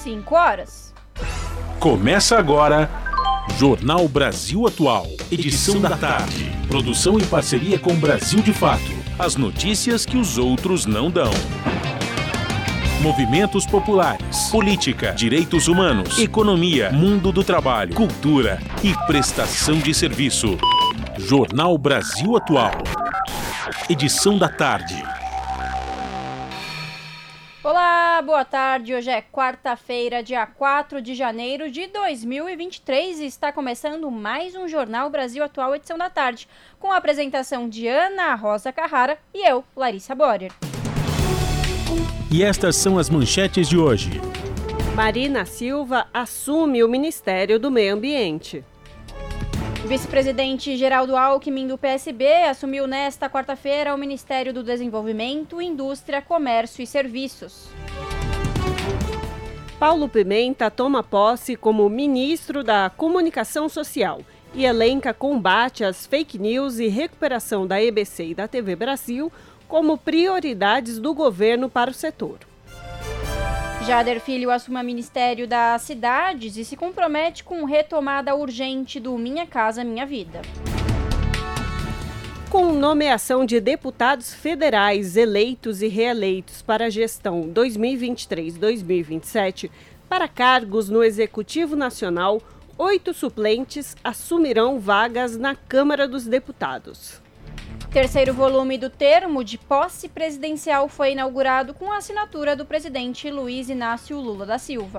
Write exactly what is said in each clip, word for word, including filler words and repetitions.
cinco horas. Começa agora, Jornal Brasil Atual, edição da tarde. Produção em parceria com Brasil de Fato. As notícias que os outros não dão. Movimentos populares, política, direitos humanos, economia, mundo do trabalho, cultura e prestação de serviço. Jornal Brasil Atual, edição da tarde. Olá, boa tarde. Hoje é quarta-feira, dia quatro de janeiro de dois mil e vinte e três e está começando mais um Jornal Brasil Atual, edição da tarde, com a apresentação de Ana Rosa Carrara e eu, Larissa Borer. E estas são as manchetes de hoje. Marina Silva assume o Ministério do Meio Ambiente. Vice-presidente Geraldo Alckmin, do P S B, assumiu nesta quarta-feira o Ministério do Desenvolvimento, Indústria, Comércio e Serviços. Paulo Pimenta toma posse como ministro da Comunicação Social e elenca combate às fake news e recuperação da E B C e da T V Brasil como prioridades do governo para o setor. Jader Filho assume o Ministério das Cidades e se compromete com retomada urgente do Minha Casa Minha Vida. Com nomeação de deputados federais eleitos e reeleitos para a gestão dois mil e vinte e três a dois mil e vinte e sete, para cargos no Executivo Nacional, oito suplentes assumirão vagas na Câmara dos Deputados. Terceiro volume do termo de posse presidencial foi inaugurado com a assinatura do presidente Luiz Inácio Lula da Silva.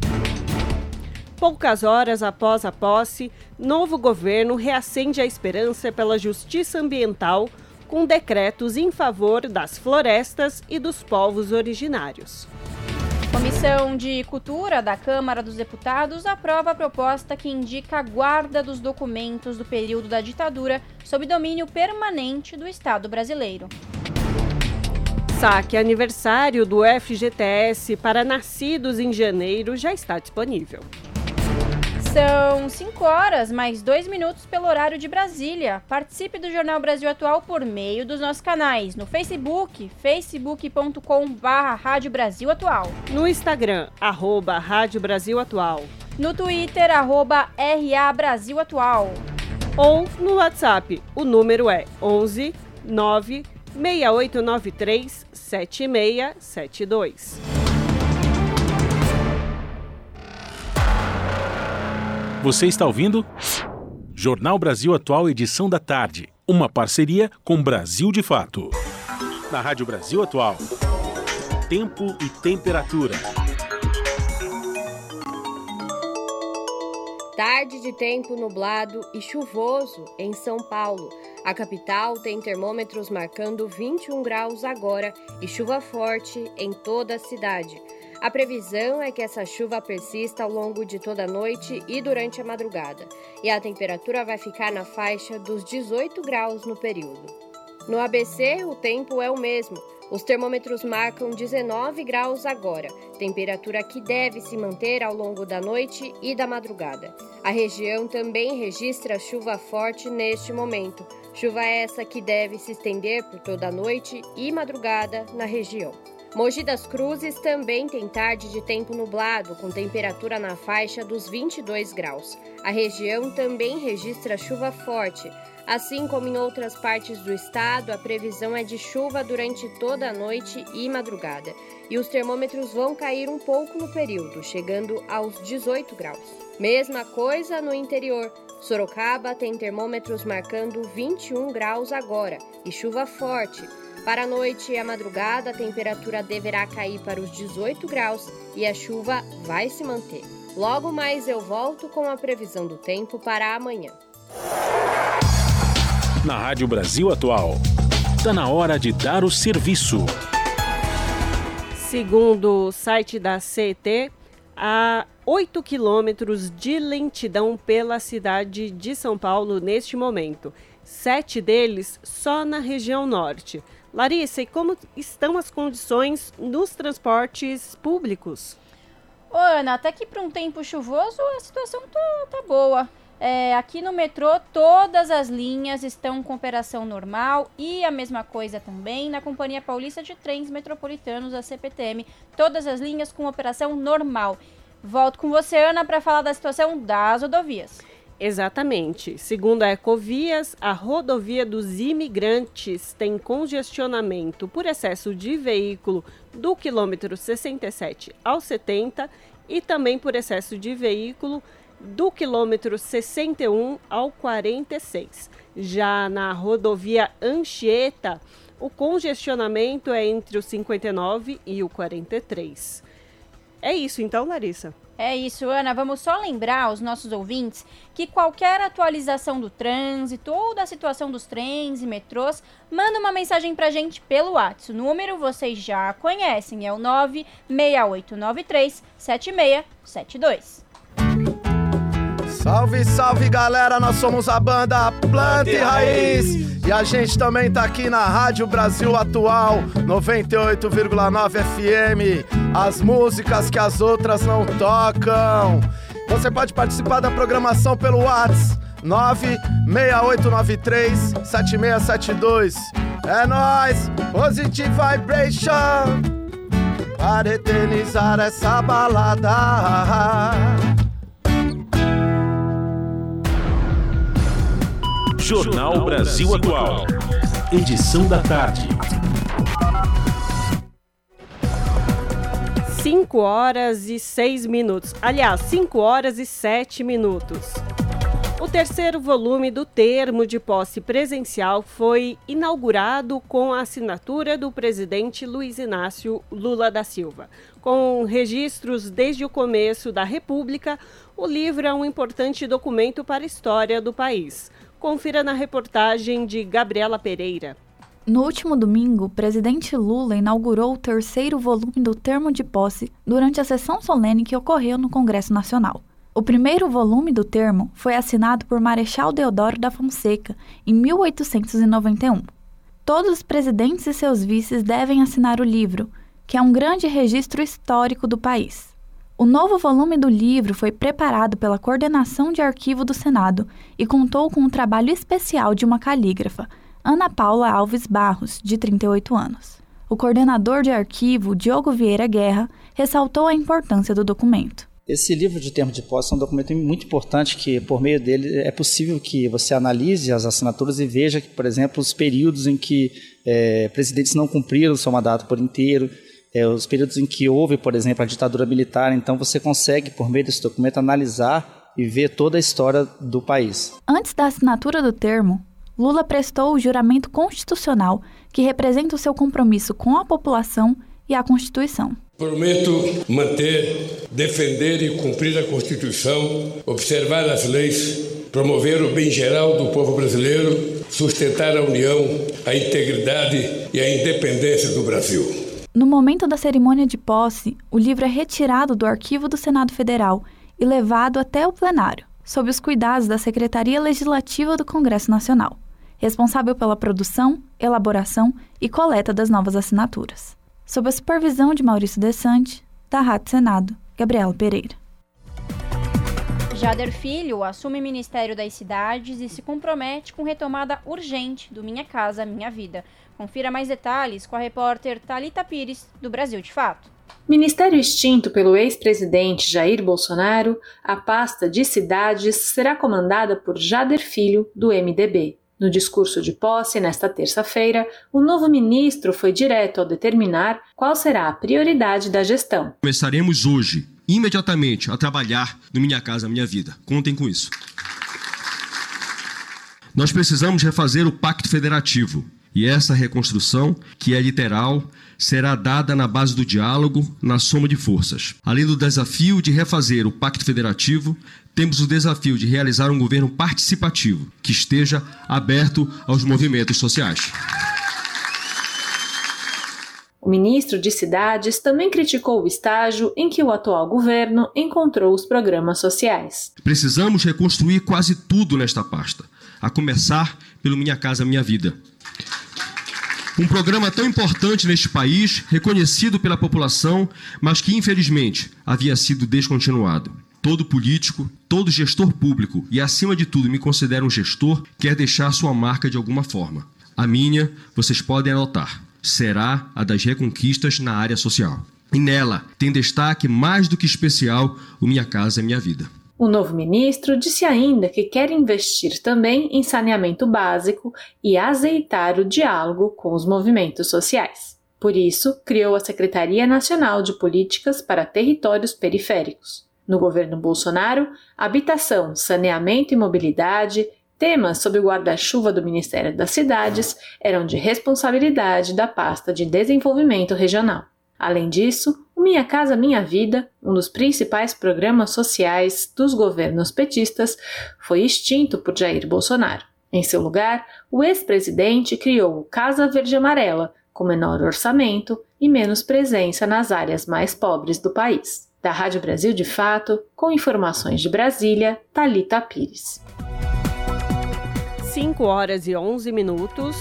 Poucas horas após a posse, novo governo reacende a esperança pela justiça ambiental com decretos em favor das florestas e dos povos originários. Comissão de Cultura da Câmara dos Deputados aprova a proposta que indica a guarda dos documentos do período da ditadura sob domínio permanente do Estado brasileiro. Saque aniversário do F G T S para nascidos em janeiro já está disponível. São cinco horas, mais dois minutos pelo horário de Brasília. Participe do Jornal Brasil Atual por meio dos nossos canais. No Facebook, facebook ponto com barra Rádio Brasil Atual. No Instagram, arroba Rádio Brasil Atual. No Twitter, arroba R A Brasil Atual. Ou no WhatsApp, o número é onze nove seis oito nove três sete seis sete dois. Você está ouvindo? Jornal Brasil Atual, edição da tarde. Uma parceria com Brasil de Fato. Na Rádio Brasil Atual. Tempo e temperatura. Tarde de tempo nublado e chuvoso em São Paulo. A capital tem termômetros marcando vinte e um graus agora e chuva forte em toda a cidade. A previsão é que essa chuva persista ao longo de toda a noite e durante a madrugada, e a temperatura vai ficar na faixa dos dezoito graus no período. No A B C, o tempo é o mesmo. Os termômetros marcam dezenove graus agora, temperatura que deve se manter ao longo da noite e da madrugada. A região também registra chuva forte neste momento. Chuva essa que deve se estender por toda a noite e madrugada na região. Mogi das Cruzes também tem tarde de tempo nublado, com temperatura na faixa dos vinte e dois graus. A região também registra chuva forte. Assim como em outras partes do estado, a previsão é de chuva durante toda a noite e madrugada. E os termômetros vão cair um pouco no período, chegando aos dezoito graus. Mesma coisa no interior. Sorocaba tem termômetros marcando vinte e um graus agora e chuva forte. Para a noite e a madrugada, a temperatura deverá cair para os dezoito graus e a chuva vai se manter. Logo mais eu volto com a previsão do tempo para amanhã. Na Rádio Brasil Atual, está na hora de dar o serviço. Segundo o site da C E T, há oito quilômetros de lentidão pela cidade de São Paulo neste momento. Sete deles só na região norte. Larissa, e como estão as condições nos transportes públicos? Ô, Ana, até que para um tempo chuvoso a situação tá, tá boa. É, aqui no metrô, todas as linhas estão com operação normal e a mesma coisa também na Companhia Paulista de Trens Metropolitanos, a C P T M. Todas as linhas com operação normal. Volto com você, Ana, para falar da situação das rodovias. Exatamente. Segundo a Ecovias, a rodovia dos imigrantes tem congestionamento por excesso de veículo do quilômetro sessenta e sete ao setenta e também por excesso de veículo do quilômetro sessenta e um ao quarenta e seis. Já na rodovia Anchieta, o congestionamento é entre o cinquenta e nove e o quarenta e três. É isso então, Larissa? É isso, Ana. Vamos só lembrar aos nossos ouvintes que qualquer atualização do trânsito ou da situação dos trens e metrôs, manda uma mensagem pra gente pelo WhatsApp. O número vocês já conhecem, é o nove seis oito nove três sete seis sete dois. Salve, salve galera, nós somos a banda Planta e Raiz e a gente também tá aqui na Rádio Brasil Atual noventa e oito vírgula nove F M, as músicas que as outras não tocam. Você pode participar da programação pelo WhatsApp nove seis oito nove três sete seis sete dois. É nóis, Positive Vibration, para eternizar essa balada. Jornal Brasil Atual, edição da tarde. cinco horas e seis minutos. Aliás, cinco horas e sete minutos. O terceiro volume do termo de posse presencial foi inaugurado com a assinatura do presidente Luiz Inácio Lula da Silva. Com registros desde o começo da República, o livro é um importante documento para a história do país. Confira na reportagem de Gabriela Pereira. No último domingo, o presidente Lula inaugurou o terceiro volume do termo de posse durante a sessão solene que ocorreu no Congresso Nacional. O primeiro volume do termo foi assinado por Marechal Deodoro da Fonseca em mil oitocentos e noventa e um. Todos os presidentes e seus vices devem assinar o livro, que é um grande registro histórico do país. O novo volume do livro foi preparado pela Coordenação de Arquivo do Senado e contou com um trabalho especial de uma calígrafa, Ana Paula Alves Barros, de trinta e oito anos. O coordenador de arquivo, Diogo Vieira Guerra, ressaltou a importância do documento. Esse livro de termo de posse é um documento muito importante que, por meio dele, é possível que você analise as assinaturas e veja, que, por exemplo, os períodos em que é, presidentes não cumpriram seu mandato por inteiro, É, os períodos em que houve, por exemplo, a ditadura militar. Então você consegue, por meio desse documento, analisar e ver toda a história do país. Antes da assinatura do termo, Lula prestou o juramento constitucional, que representa o seu compromisso com a população e a Constituição. Prometo manter, defender e cumprir a Constituição, observar as leis, promover o bem geral do povo brasileiro, sustentar a união, a integridade e a independência do Brasil. No momento da cerimônia de posse, o livro é retirado do arquivo do Senado Federal e levado até o plenário, sob os cuidados da Secretaria Legislativa do Congresso Nacional, responsável pela produção, elaboração e coleta das novas assinaturas. Sob a supervisão de Maurício Desante, da Rádio Senado, Gabriela Pereira. Jader Filho assume o Ministério das Cidades e se compromete com retomada urgente do Minha Casa Minha Vida. Confira mais detalhes com a repórter Thalita Pires, do Brasil de Fato. Ministério extinto pelo ex-presidente Jair Bolsonaro, a pasta de cidades será comandada por Jader Filho, do M D B. No discurso de posse, nesta terça-feira, o novo ministro foi direto ao determinar qual será a prioridade da gestão. Começaremos hoje, imediatamente, a trabalhar no Minha Casa Minha Vida. Contem com isso. Nós precisamos refazer o Pacto Federativo. E essa reconstrução, que é literal, será dada na base do diálogo, na soma de forças. Além do desafio de refazer o Pacto Federativo, temos o desafio de realizar um governo participativo, que esteja aberto aos movimentos sociais. O ministro de Cidades também criticou o estágio em que o atual governo encontrou os programas sociais. Precisamos reconstruir quase tudo nesta pasta, a começar pelo Minha Casa Minha Vida. Um programa tão importante neste país, reconhecido pela população, mas que infelizmente havia sido descontinuado. Todo político, todo gestor público e, acima de tudo, me considero um gestor, quer deixar sua marca de alguma forma. A minha, vocês podem anotar, será a das reconquistas na área social. E nela tem destaque mais do que especial o Minha Casa Minha Vida. O novo ministro disse ainda que quer investir também em saneamento básico e azeitar o diálogo com os movimentos sociais. Por isso, criou a Secretaria Nacional de Políticas para Territórios Periféricos. No governo Bolsonaro, habitação, saneamento e mobilidade, temas sob o guarda-chuva do Ministério das Cidades, eram de responsabilidade da pasta de desenvolvimento regional. Além disso, o Minha Casa Minha Vida, um dos principais programas sociais dos governos petistas, foi extinto por Jair Bolsonaro. Em seu lugar, o ex-presidente criou o Casa Verde Amarela, com menor orçamento e menos presença nas áreas mais pobres do país. Da Rádio Brasil de Fato, com informações de Brasília, Thalita Pires. cinco horas e onze minutos.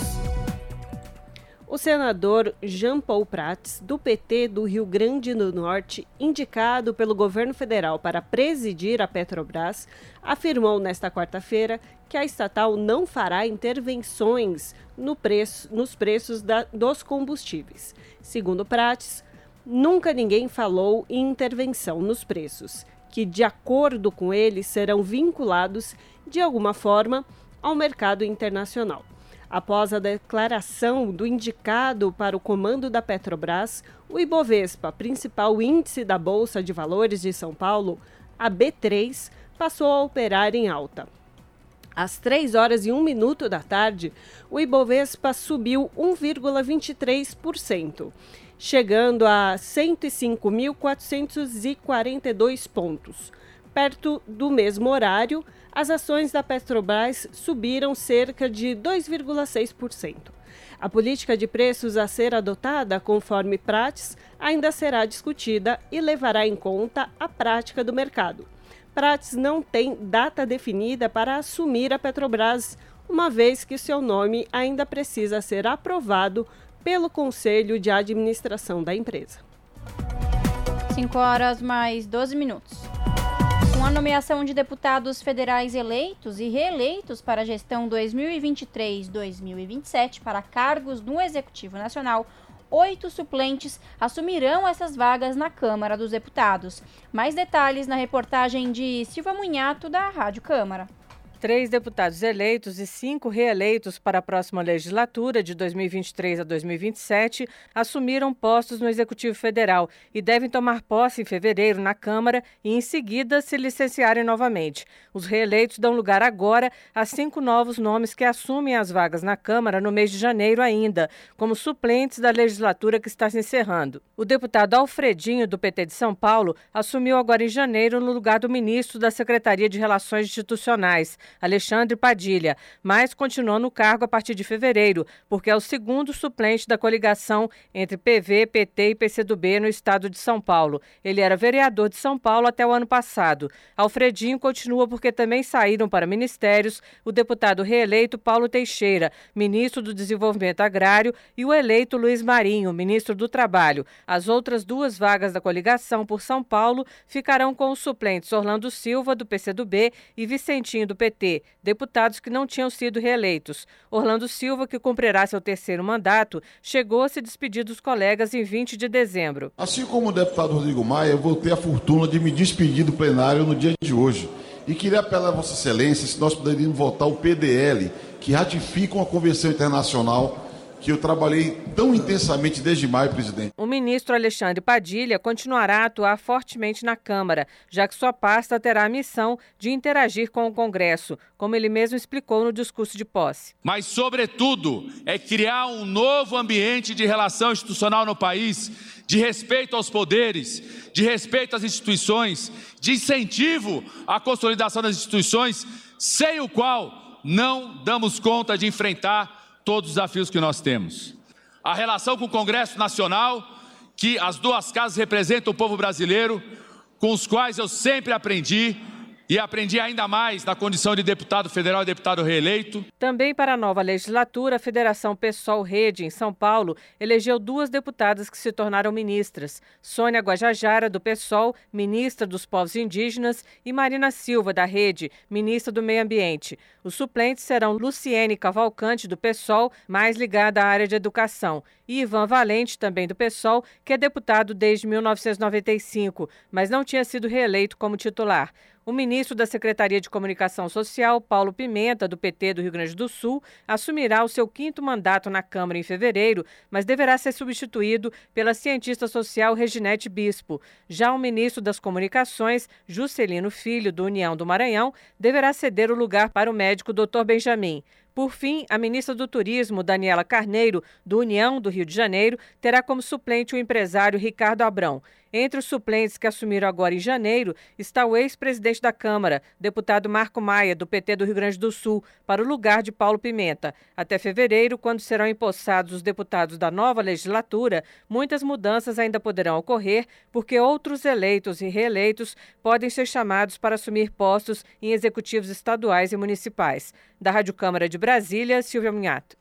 O senador Jean Paul Prats, do P T do Rio Grande do Norte, indicado pelo governo federal para presidir a Petrobras, afirmou nesta quarta-feira que a estatal não fará intervenções no preço, nos preços da, dos combustíveis. Segundo Prats, nunca ninguém falou em intervenção nos preços, que, de acordo com ele, serão vinculados, de alguma forma, ao mercado internacional. Após a declaração do indicado para o comando da Petrobras, o Ibovespa, principal índice da Bolsa de Valores de São Paulo, a B três, passou a operar em alta. Às três horas e um minuto da tarde, o Ibovespa subiu um vírgula vinte e três por cento. Chegando a cento e cinco mil quatrocentos e quarenta e dois pontos. Perto do mesmo horário, as ações da Petrobras subiram cerca de dois vírgula seis por cento. A política de preços a ser adotada, conforme Prats, ainda será discutida e levará em conta a prática do mercado. Prats não tem data definida para assumir a Petrobras, uma vez que seu nome ainda precisa ser aprovado pelo Conselho de Administração da empresa. cinco horas mais doze minutos. Com a nomeação de deputados federais eleitos e reeleitos para a gestão dois mil e vinte e três a dois mil e vinte e sete para cargos no Executivo Nacional, oito suplentes assumirão essas vagas na Câmara dos Deputados. Mais detalhes na reportagem de Silva Munhato, da Rádio Câmara. Três deputados eleitos e cinco reeleitos para a próxima legislatura de dois mil e vinte e três a dois mil e vinte e sete assumiram postos no Executivo Federal e devem tomar posse em fevereiro na Câmara e, em seguida, se licenciarem novamente. Os reeleitos dão lugar agora a cinco novos nomes que assumem as vagas na Câmara no mês de janeiro ainda, como suplentes da legislatura que está se encerrando. O deputado Alfredinho, do P T de São Paulo, assumiu agora em janeiro no lugar do ministro da Secretaria de Relações Institucionais, Alexandre Padilha, mas continuou no cargo a partir de fevereiro, porque é o segundo suplente da coligação entre P V, P T e P C do B no estado de São Paulo. Ele era vereador de São Paulo até o ano passado. Alfredinho continua porque também saíram para ministérios o deputado reeleito Paulo Teixeira, ministro do Desenvolvimento Agrário, e o eleito Luiz Marinho, ministro do Trabalho. As outras duas vagas da coligação por São Paulo ficarão com os suplentes Orlando Silva, do P C do B, e Vicentinho, do P T, deputados que não tinham sido reeleitos. Orlando Silva, que cumprirá seu terceiro mandato, chegou a se despedir dos colegas em vinte de dezembro. Assim como o deputado Rodrigo Maia, eu vou ter a fortuna de me despedir do plenário no dia de hoje. E queria apelar a Vossa Excelência se nós poderíamos votar o P D L, que ratifica uma convenção internacional que eu trabalhei tão intensamente desde maio, presidente. O ministro Alexandre Padilha continuará a atuar fortemente na Câmara, já que sua pasta terá a missão de interagir com o Congresso, como ele mesmo explicou no discurso de posse. Mas, sobretudo, é criar um novo ambiente de relação institucional no país, de respeito aos poderes, de respeito às instituições, de incentivo à consolidação das instituições, sem o qual não damos conta de enfrentar todos os desafios que nós temos. A relação com o Congresso Nacional, que as duas casas representam o povo brasileiro, com os quais eu sempre aprendi E aprendi ainda mais na condição de deputado federal e deputado reeleito. Também para a nova legislatura, a Federação PSOL Rede, em São Paulo, elegeu duas deputadas que se tornaram ministras. Sônia Guajajara, do PSOL, ministra dos Povos Indígenas, e Marina Silva, da Rede, ministra do Meio Ambiente. Os suplentes serão Luciene Cavalcante, do PSOL, mais ligada à área de educação, e Ivan Valente, também do PSOL, que é deputado desde mil novecentos e noventa e cinco, mas não tinha sido reeleito como titular. O ministro da Secretaria de Comunicação Social, Paulo Pimenta, do P T do Rio Grande do Sul, assumirá o seu quinto mandato na Câmara em fevereiro, mas deverá ser substituído pela cientista social Reginete Bispo. Já o ministro das Comunicações, Juscelino Filho, do União do Maranhão, deverá ceder o lugar para o médico doutor Benjamin. Por fim, a ministra do Turismo, Daniela Carneiro, do União do Rio de Janeiro, terá como suplente o empresário Ricardo Abrão. Entre os suplentes que assumiram agora em janeiro está o ex-presidente da Câmara, deputado Marco Maia, do P T do Rio Grande do Sul, para o lugar de Paulo Pimenta. Até fevereiro, quando serão empossados os deputados da nova legislatura, muitas mudanças ainda poderão ocorrer, porque outros eleitos e reeleitos podem ser chamados para assumir postos em executivos estaduais e municipais. Da Rádio Câmara de Brasília, Silvia Munhato.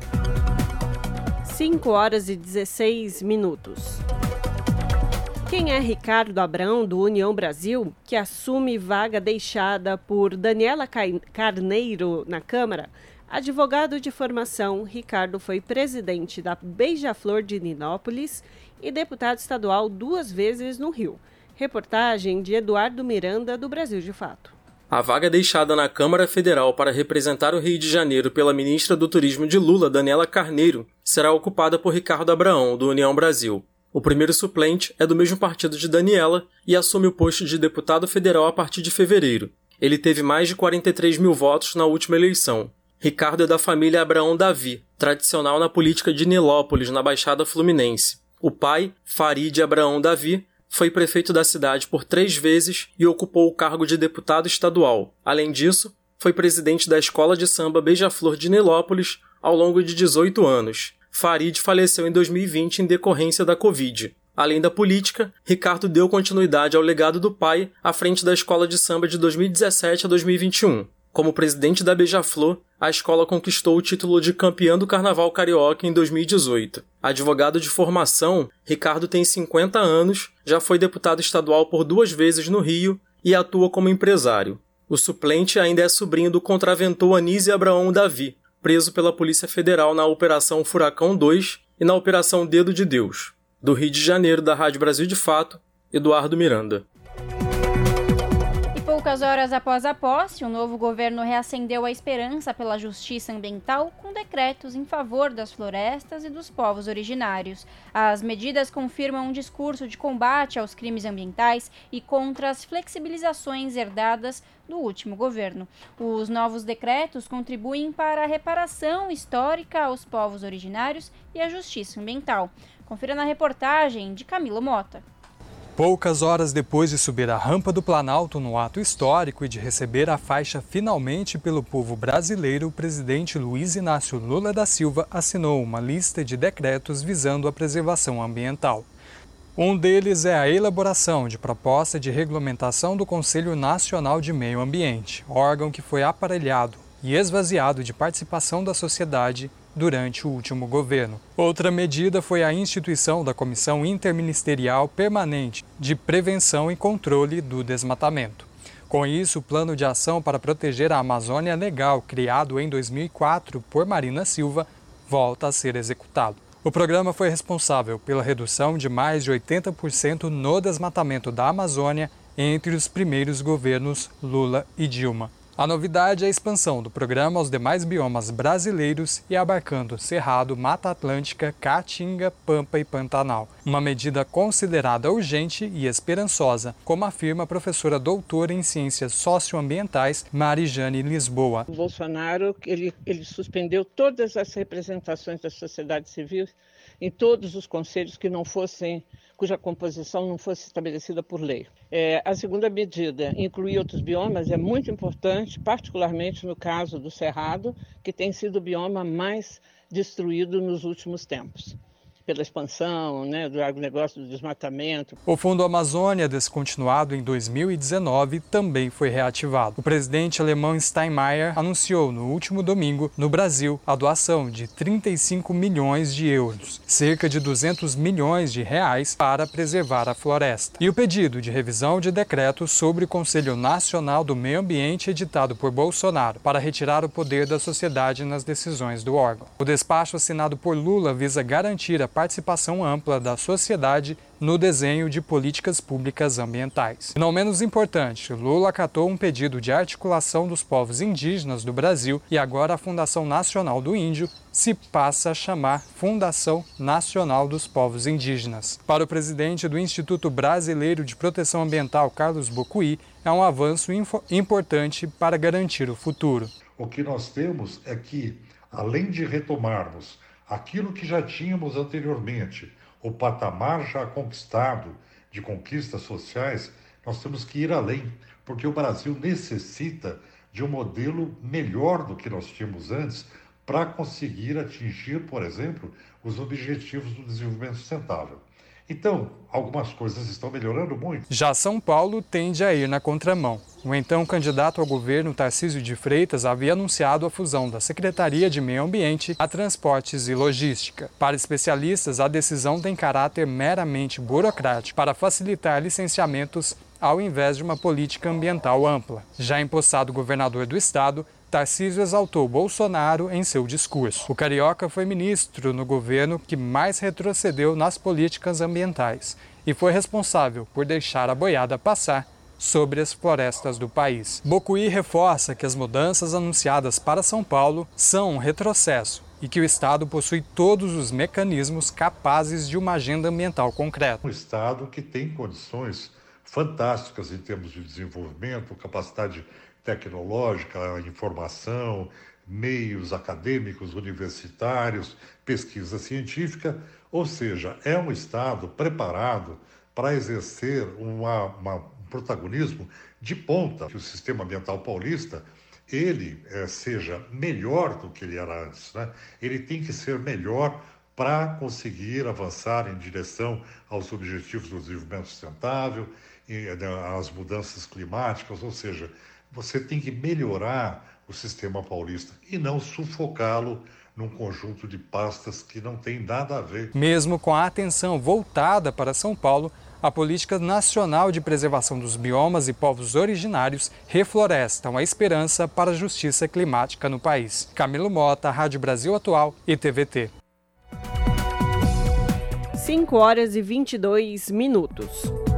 cinco horas e dezesseis minutos. Quem é Ricardo Abrão, do União Brasil, que assume vaga deixada por Daniela Carneiro na Câmara? Advogado de formação, Ricardo foi presidente da Beija-Flor de Ninópolis e deputado estadual duas vezes no Rio. Reportagem de Eduardo Miranda, do Brasil de Fato. A vaga deixada na Câmara Federal para representar o Rio de Janeiro pela ministra do Turismo de Lula, Daniela Carneiro, será ocupada por Ricardo Abrão, do União Brasil. O primeiro suplente é do mesmo partido de Daniela e assume o posto de deputado federal a partir de fevereiro. Ele teve mais de quarenta e três mil votos na última eleição. Ricardo é da família Abraão Davi, tradicional na política de Nilópolis, na Baixada Fluminense. O pai, Farid Abraão Davi, foi prefeito da cidade por três vezes e ocupou o cargo de deputado estadual. Além disso, foi presidente da Escola de Samba Beija-Flor de Nilópolis ao longo de dezoito anos. Farid faleceu em dois mil e vinte em decorrência da Covid. Além da política, Ricardo deu continuidade ao legado do pai à frente da Escola de Samba de dois mil e dezessete a dois mil e vinte e um. Como presidente da Beija-Flor, a escola conquistou o título de campeã do Carnaval Carioca em dois mil e dezoito. Advogado de formação, Ricardo tem cinquenta anos, já foi deputado estadual por duas vezes no Rio e atua como empresário. O suplente ainda é sobrinho do contraventor Anísio Abraão Davi, preso pela Polícia Federal na Operação Furacão dois e na Operação Dedo de Deus. Do Rio de Janeiro, da Rádio Brasil de Fato, Eduardo Miranda. E poucas horas após a posse, o novo governo reacendeu a esperança pela justiça ambiental com decretos em favor das florestas e dos povos originários. As medidas confirmam um discurso de combate aos crimes ambientais e contra as flexibilizações herdadas do último governo. Os novos decretos contribuem para a reparação histórica aos povos originários e a justiça ambiental. Confira na reportagem de Camilo Mota. Poucas horas depois de subir a rampa do Planalto no ato histórico e de receber a faixa finalmente pelo povo brasileiro, o presidente Luiz Inácio Lula da Silva assinou uma lista de decretos visando a preservação ambiental. Um deles é a elaboração de proposta de regulamentação do Conselho Nacional de Meio Ambiente, órgão que foi aparelhado e esvaziado de participação da sociedade durante o último governo. Outra medida foi a instituição da Comissão Interministerial Permanente de Prevenção e Controle do Desmatamento. Com isso, o Plano de Ação para Proteger a Amazônia Legal, criado em dois mil e quatro por Marina Silva, volta a ser executado. O programa foi responsável pela redução de mais de oitenta por cento no desmatamento da Amazônia entre os primeiros governos Lula e Dilma. A novidade é a expansão do programa aos demais biomas brasileiros e abarcando Cerrado, Mata Atlântica, Caatinga, Pampa e Pantanal. Uma medida considerada urgente e esperançosa, como afirma a professora doutora em Ciências Socioambientais, Marijane Lisboa. O Bolsonaro ele, ele suspendeu todas as representações da sociedade civil em todos os conselhos que não fossem, cuja composição não fosse estabelecida por lei. É, a segunda medida, incluir outros biomas, é muito importante, particularmente no caso do Cerrado, que tem sido o bioma mais destruído nos últimos tempos. pela expansão, né, do agronegócio, do desmatamento. O Fundo Amazônia, descontinuado em dois mil e dezenove, também foi reativado. O presidente alemão Steinmeier anunciou no último domingo, no Brasil, a doação de trinta e cinco milhões de euros, cerca de duzentos milhões de reais, para preservar a floresta. E o pedido de revisão de decreto sobre o Conselho Nacional do Meio Ambiente editado por Bolsonaro para retirar o poder da sociedade nas decisões do órgão. O despacho assinado por Lula visa garantir a participação ampla da sociedade no desenho de políticas públicas ambientais. E não menos importante, Lula acatou um pedido de articulação dos povos indígenas do Brasil e agora a Fundação Nacional do Índio se passa a chamar Fundação Nacional dos Povos Indígenas. Para o presidente do Instituto Brasileiro de Proteção Ambiental, Carlos Bocuí, é um avanço importante para garantir o futuro. O que nós temos é que, além de retomarmos aquilo que já tínhamos anteriormente, o patamar já conquistado de conquistas sociais, nós temos que ir além, porque o Brasil necessita de um modelo melhor do que nós tínhamos antes para conseguir atingir, por exemplo, os objetivos do desenvolvimento sustentável. Então, algumas coisas estão melhorando muito. Já São Paulo tende a ir na contramão. O então candidato ao governo, Tarcísio de Freitas, havia anunciado a fusão da Secretaria de Meio Ambiente a Transportes e Logística. Para especialistas, a decisão tem caráter meramente burocrático para facilitar licenciamentos ao invés de uma política ambiental ampla. Já empossado governador do estado, Tarcísio exaltou Bolsonaro em seu discurso. O carioca foi ministro no governo que mais retrocedeu nas políticas ambientais e foi responsável por deixar a boiada passar sobre as florestas do país. Bocuí reforça que as mudanças anunciadas para São Paulo são um retrocesso e que o Estado possui todos os mecanismos capazes de uma agenda ambiental concreta. Um Estado que tem condições fantásticas em termos de desenvolvimento, capacidade tecnológica, informação, meios acadêmicos, universitários, pesquisa científica, ou seja, é um Estado preparado para exercer uma, uma, um protagonismo de ponta. Que o sistema ambiental paulista, ele é, seja melhor do que ele era antes, né? Ele tem que ser melhor para conseguir avançar em direção aos objetivos do desenvolvimento sustentável, e, às mudanças climáticas, ou seja, você tem que melhorar o sistema paulista e não sufocá-lo num conjunto de pastas que não tem nada a ver. Mesmo com a atenção voltada para São Paulo, a Política Nacional de Preservação dos Biomas e Povos Originários reflorestam a esperança para a justiça climática no país. Camilo Mota, Rádio Brasil Atual e T V T. cinco horas e vinte e dois minutos.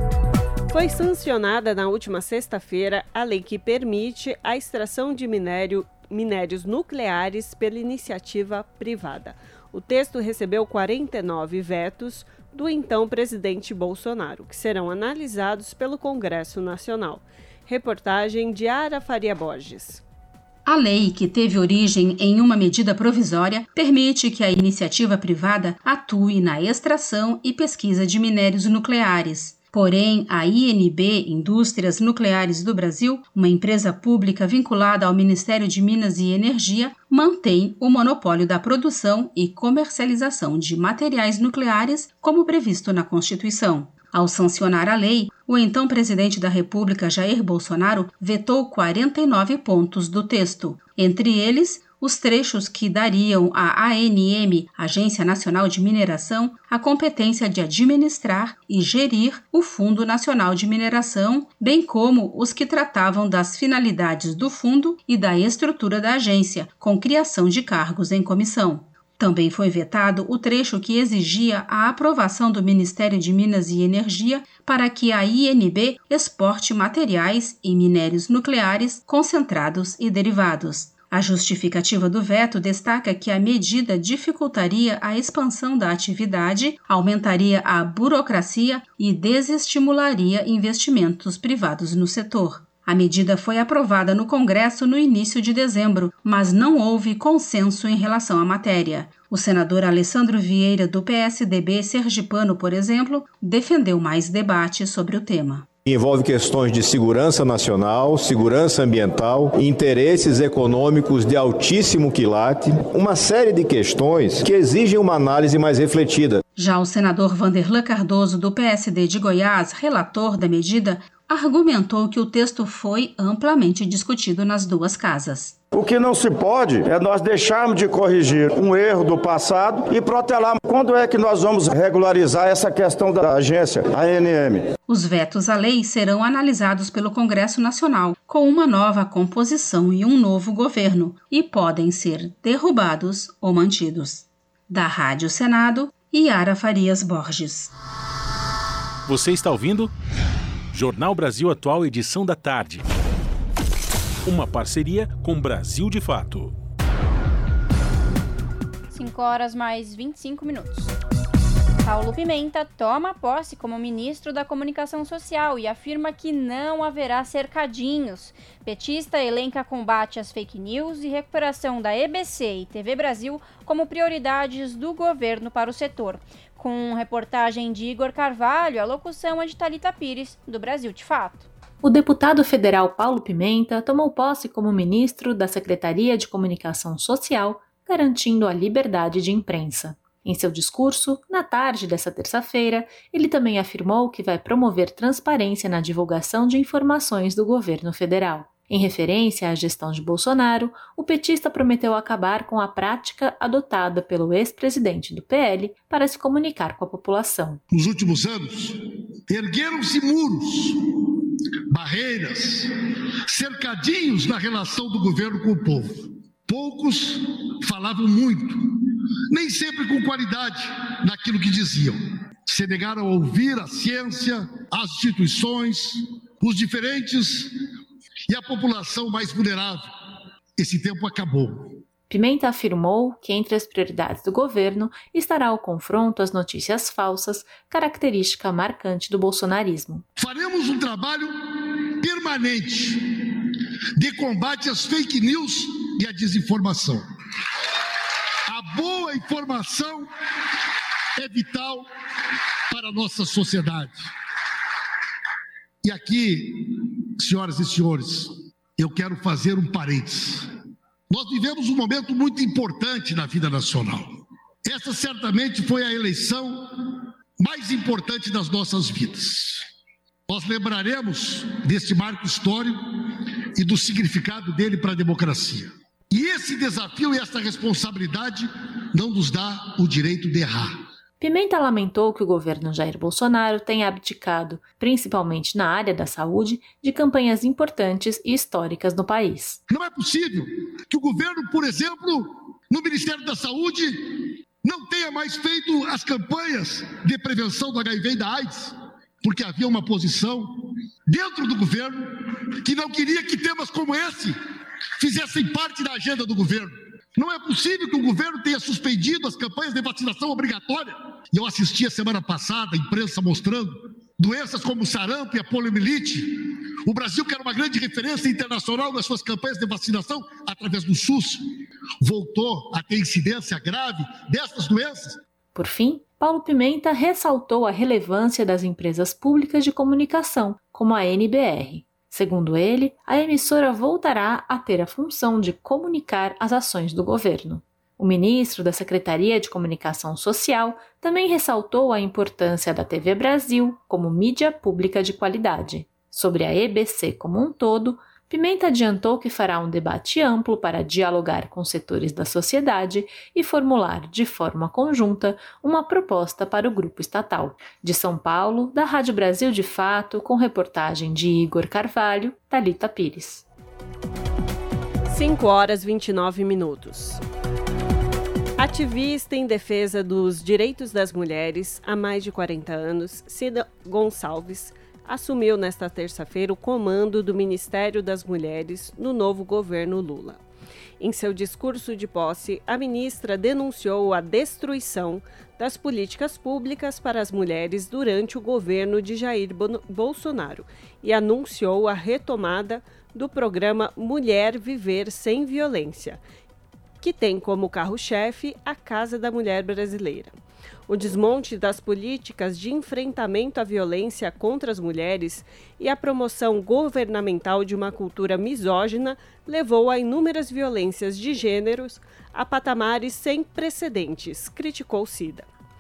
Foi sancionada na última sexta-feira a lei que permite a extração de minério, minérios nucleares pela iniciativa privada. O texto recebeu quarenta e nove vetos do então presidente Bolsonaro, que serão analisados pelo Congresso Nacional. Reportagem de Ara Faria Borges. A lei, que teve origem em uma medida provisória, permite que a iniciativa privada atue na extração e pesquisa de minérios nucleares. Porém, a I N B Indústrias Nucleares do Brasil, uma empresa pública vinculada ao Ministério de Minas e Energia, mantém o monopólio da produção e comercialização de materiais nucleares, como previsto na Constituição. Ao sancionar a lei, o então presidente da República, Jair Bolsonaro, vetou quarenta e nove pontos do texto. Entre eles, os trechos que dariam à A N M, Agência Nacional de Mineração, a competência de administrar e gerir o Fundo Nacional de Mineração, bem como os que tratavam das finalidades do fundo e da estrutura da agência, com criação de cargos em comissão. Também foi vetado o trecho que exigia a aprovação do Ministério de Minas e Energia para que a I N B exporte materiais e minérios nucleares concentrados e derivados. A justificativa do veto destaca que a medida dificultaria a expansão da atividade, aumentaria a burocracia e desestimularia investimentos privados no setor. A medida foi aprovada no Congresso no início de dezembro, mas não houve consenso em relação à matéria. O senador Alessandro Vieira, do P S D B sergipano, por exemplo, defendeu mais debate sobre o tema. Envolve questões de segurança nacional, segurança ambiental, interesses econômicos de altíssimo quilate, uma série de questões que exigem uma análise mais refletida. Já o senador Vanderlan Cardoso, do P S D de Goiás, relator da medida, argumentou que o texto foi amplamente discutido nas duas casas. O que não se pode é nós deixarmos de corrigir um erro do passado e protelar. Quando é que nós vamos regularizar essa questão da agência, a A N M? Os vetos à lei serão analisados pelo Congresso Nacional, com uma nova composição e um novo governo, e podem ser derrubados ou mantidos. Da Rádio Senado, Yara Farias Borges. Você está ouvindo Jornal Brasil Atual, edição da tarde. Uma parceria com Brasil de Fato. cinco horas mais vinte e cinco minutos. Paulo Pimenta toma posse como ministro da Comunicação Social e afirma que não haverá cercadinhos. Petista elenca combate às fake news e recuperação da E B C e T V Brasil como prioridades do governo para o setor. Com reportagem de Igor Carvalho, a locução é de Thalita Pires, do Brasil de Fato. O deputado federal Paulo Pimenta tomou posse como ministro da Secretaria de Comunicação Social, garantindo a liberdade de imprensa. Em seu discurso, na tarde desta terça-feira, ele também afirmou que vai promover transparência na divulgação de informações do governo federal. Em referência à gestão de Bolsonaro, o petista prometeu acabar com a prática adotada pelo ex-presidente do P L para se comunicar com a população. Nos últimos anos, ergueram-se muros, barreiras, cercadinhos na relação do governo com o povo. Poucos falavam muito, nem sempre com qualidade naquilo que diziam. Se negaram a ouvir a ciência, as instituições, os diferentes e a população mais vulnerável. Esse tempo acabou. Pimenta afirmou que entre as prioridades do governo estará o confronto às notícias falsas, característica marcante do bolsonarismo. Faremos um trabalho permanente de combate às fake news e à desinformação. A boa informação é vital para a nossa sociedade. E aqui, senhoras e senhores, eu quero fazer um parênteses. Nós vivemos um momento muito importante na vida nacional. Essa certamente foi a eleição mais importante das nossas vidas. Nós lembraremos deste marco histórico e do significado dele para a democracia. E esse desafio e essa responsabilidade não nos dá o direito de errar. Pimenta lamentou que o governo Jair Bolsonaro tenha abdicado, principalmente na área da saúde, de campanhas importantes e históricas no país. Não é possível que o governo, por exemplo, no Ministério da Saúde, não tenha mais feito as campanhas de prevenção do H I V e da AIDS, porque havia uma posição dentro do governo que não queria que temas como esse fizessem parte da agenda do governo. Não é possível que o governo tenha suspendido as campanhas de vacinação obrigatória. E eu assisti a semana passada a imprensa mostrando doenças como o sarampo e a poliomielite. O Brasil, que era uma grande referência internacional nas suas campanhas de vacinação através do SUS, voltou a ter incidência grave dessas doenças. Por fim, Paulo Pimenta ressaltou a relevância das empresas públicas de comunicação, como a N B R. Segundo ele, a emissora voltará a ter a função de comunicar as ações do governo. O ministro da Secretaria de Comunicação Social também ressaltou a importância da T V Brasil como mídia pública de qualidade. Sobre a E B C como um todo, Pimenta adiantou que fará um debate amplo para dialogar com setores da sociedade e formular, de forma conjunta, uma proposta para o grupo estatal. De São Paulo, da Rádio Brasil de Fato, com reportagem de Igor Carvalho, Thalita Pires. cinco horas e vinte e nove minutos. Ativista em defesa dos direitos das mulheres há mais de quarenta anos, Cida Gonçalves assumiu nesta terça-feira o comando do Ministério das Mulheres no novo governo Lula. Em seu discurso de posse, a ministra denunciou a destruição das políticas públicas para as mulheres durante o governo de Jair Bolsonaro e anunciou a retomada do programa Mulher Viver Sem Violência, que tem como carro-chefe a Casa da Mulher Brasileira. O desmonte das políticas de enfrentamento à violência contra as mulheres e a promoção governamental de uma cultura misógina levou a inúmeras violências de gêneros a patamares sem precedentes, criticou Cida.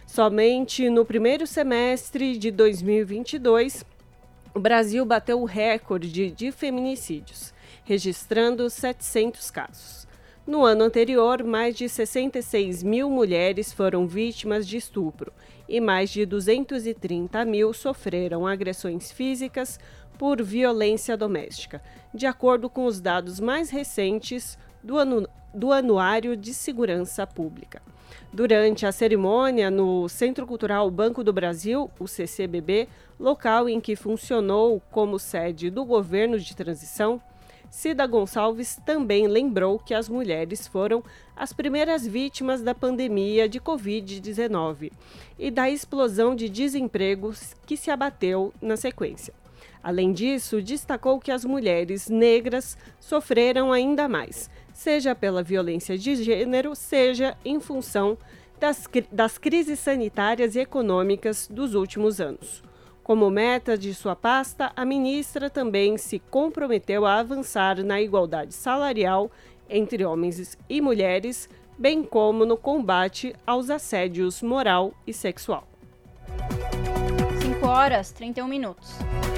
Somente no primeiro semestre de dois mil e vinte e dois, o Brasil bateu o recorde de feminicídios, registrando setecentos casos. No ano anterior, mais de sessenta e seis mil mulheres foram vítimas de estupro e mais de duzentos e trinta mil sofreram agressões físicas por violência doméstica, de acordo com os dados mais recentes do, anu- do Anuário de Segurança Pública. Durante a cerimônia no Centro Cultural Banco do Brasil, o C C B B, local em que funcionou como sede do governo de transição, Cida Gonçalves também lembrou que as mulheres foram as primeiras vítimas da pandemia de covid dezenove e da explosão de desemprego que se abateu na sequência. Além disso, destacou que as mulheres negras sofreram ainda mais, seja pela violência de gênero, seja em função das, das crises sanitárias e econômicas dos últimos anos. Como meta de sua pasta, a ministra também se comprometeu a avançar na igualdade salarial entre homens e mulheres, bem como no combate aos assédios moral e sexual. cinco horas e trinta e um minutos.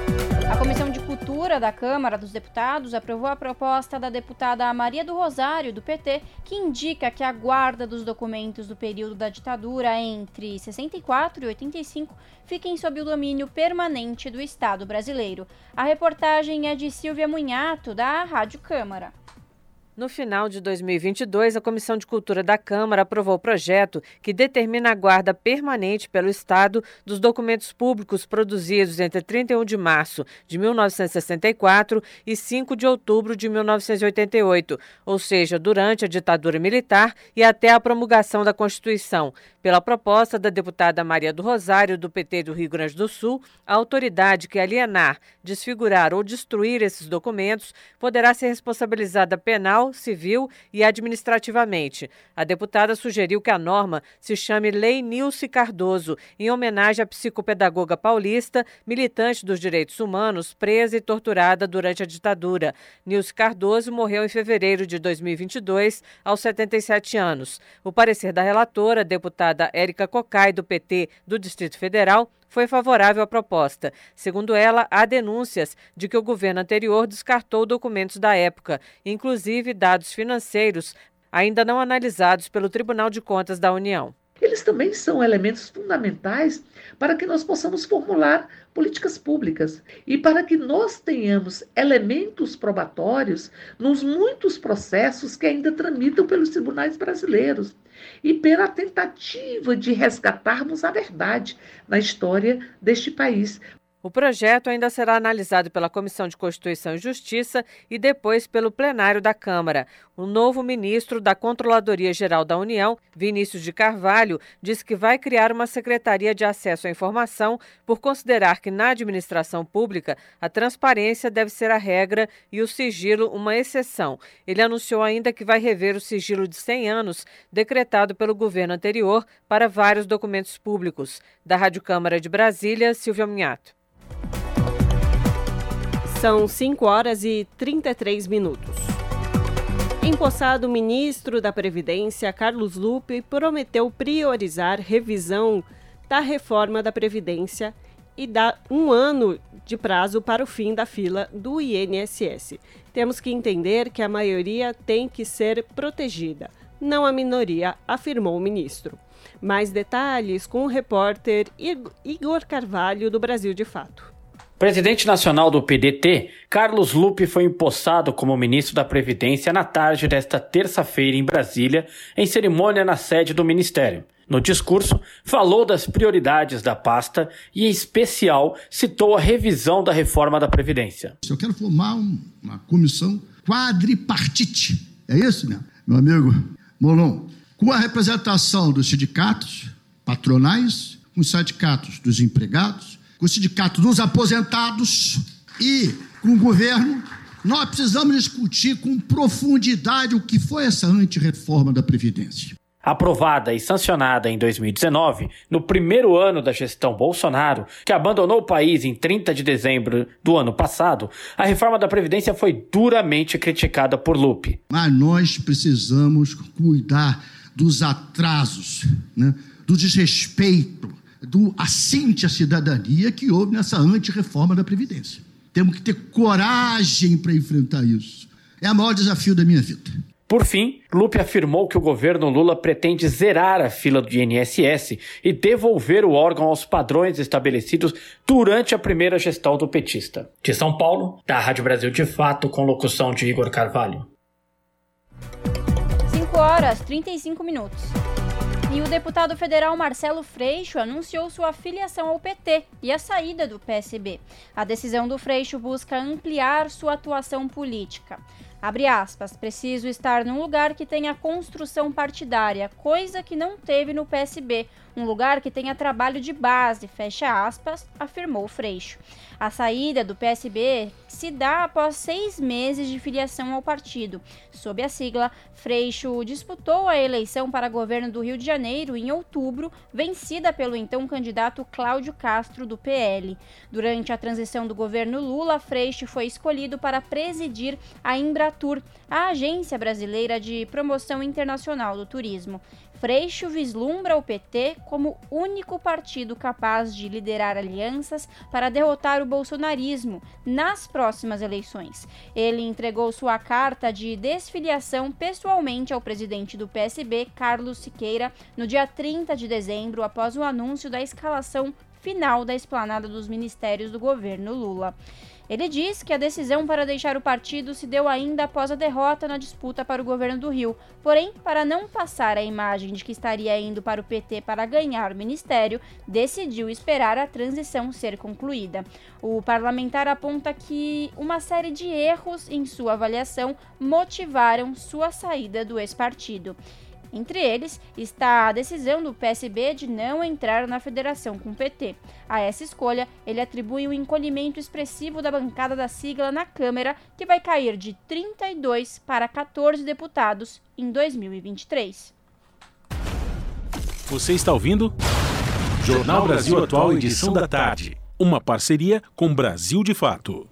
A Comissão de Cultura da Câmara dos Deputados aprovou a proposta da deputada Maria do Rosário, do P T, que indica que a guarda dos documentos do período da ditadura entre sessenta e quatro e oitenta e cinco fiquem sob o domínio permanente do Estado brasileiro. A reportagem é de Silvia Munhato, da Rádio Câmara. No final de dois mil e vinte e dois, a Comissão de Cultura da Câmara aprovou o projeto que determina a guarda permanente pelo Estado dos documentos públicos produzidos entre trinta e um de março de mil novecentos e sessenta e quatro e cinco de outubro de mil novecentos e oitenta e oito, ou seja, durante a ditadura militar e até a promulgação da Constituição. Pela proposta da deputada Maria do Rosário, do P T do Rio Grande do Sul, a autoridade que alienar, desfigurar ou destruir esses documentos poderá ser responsabilizada penal, civil e administrativamente. A deputada sugeriu que a norma se chame Lei Nilce Cardoso, em homenagem à psicopedagoga paulista, militante dos direitos humanos, presa e torturada durante a ditadura. Nilce Cardoso morreu em fevereiro de dois mil e vinte e dois, aos setenta e sete anos. O parecer da relatora, deputada Érica Cocai, do P T do Distrito Federal, foi favorável à proposta. Segundo ela, há denúncias de que o governo anterior descartou documentos da época, inclusive dados financeiros, ainda não analisados pelo Tribunal de Contas da União. Eles também são elementos fundamentais para que nós possamos formular políticas públicas e para que nós tenhamos elementos probatórios nos muitos processos que ainda tramitam pelos tribunais brasileiros e pela tentativa de resgatarmos a verdade na história deste país. O projeto ainda será analisado pela Comissão de Constituição e Justiça e depois pelo plenário da Câmara. O novo ministro da Controladoria Geral da União, Vinícius de Carvalho, disse que vai criar uma Secretaria de Acesso à Informação por considerar que na administração pública a transparência deve ser a regra e o sigilo uma exceção. Ele anunciou ainda que vai rever o sigilo de cem anos decretado pelo governo anterior para vários documentos públicos. Da Rádio Câmara de Brasília, Silvia Munhato. São cinco horas e trinta e três minutos. Empossado ministro da Previdência, Carlos Lupe, prometeu priorizar revisão da reforma da Previdência e dar um ano de prazo para o fim da fila do I N S S. Temos que entender que a maioria tem que ser protegida, não a minoria, afirmou o ministro. Mais detalhes com o repórter Igor Carvalho, do Brasil de Fato. Presidente nacional do P D T, Carlos Lupe foi empossado como ministro da Previdência na tarde desta terça-feira em Brasília, em cerimônia na sede do Ministério. No discurso, falou das prioridades da pasta e, em especial, citou a revisão da reforma da Previdência. Eu quero formar uma comissão quadripartite. É isso, né? Meu amigo Molon, com a representação dos sindicatos patronais, com os sindicatos dos empregados, com o sindicato dos aposentados e com o governo, nós precisamos discutir com profundidade o que foi essa antirreforma da Previdência. Aprovada e sancionada em dois mil e dezenove, no primeiro ano da gestão Bolsonaro, que abandonou o país em trinta de dezembro do ano passado, a reforma da Previdência foi duramente criticada por Lupe. Mas nós precisamos cuidar dos atrasos, né? do desrespeito, do assinte à cidadania que houve nessa antirreforma da Previdência. Temos que ter coragem para enfrentar isso. É o maior desafio da minha vida. Por fim, Lupe afirmou que o governo Lula pretende zerar a fila do I N S S e devolver o órgão aos padrões estabelecidos durante a primeira gestão do petista. De São Paulo, da Rádio Brasil de Fato, com locução de Igor Carvalho. cinco horas, trinta e cinco minutos. E o deputado federal Marcelo Freixo anunciou sua filiação ao P T e a saída do P S B. A decisão do Freixo busca ampliar sua atuação política. Abre aspas, preciso estar num lugar que tenha construção partidária, coisa que não teve no P S B, um lugar que tenha trabalho de base, fecha aspas, afirmou Freixo. A saída do P S B se dá após seis meses de filiação ao partido. Sob a sigla, Freixo disputou a eleição para governo do Rio de Janeiro em outubro, vencida pelo então candidato Cláudio Castro, do P L. Durante a transição do governo Lula, Freixo foi escolhido para presidir a Embratur, a Agência Brasileira de Promoção Internacional do Turismo. Freixo vislumbra o P T como único partido capaz de liderar alianças para derrotar o bolsonarismo nas próximas eleições. Ele entregou sua carta de desfiliação pessoalmente ao presidente do P S B, Carlos Siqueira, no dia trinta de dezembro, após o anúncio da escalação final da esplanada dos ministérios do governo Lula. Ele diz que a decisão para deixar o partido se deu ainda após a derrota na disputa para o governo do Rio. Porém, para não passar a imagem de que estaria indo para o P T para ganhar o ministério, decidiu esperar a transição ser concluída. O parlamentar aponta que uma série de erros em sua avaliação motivaram sua saída do ex-partido. Entre eles está a decisão do P S B de não entrar na federação com o P T. A essa escolha, ele atribui um encolhimento expressivo da bancada da sigla na Câmara, que vai cair de trinta e dois para quatorze deputados em dois mil e vinte e três. Você está ouvindo? Jornal Brasil Atual, edição da tarde. Uma parceria com Brasil de Fato.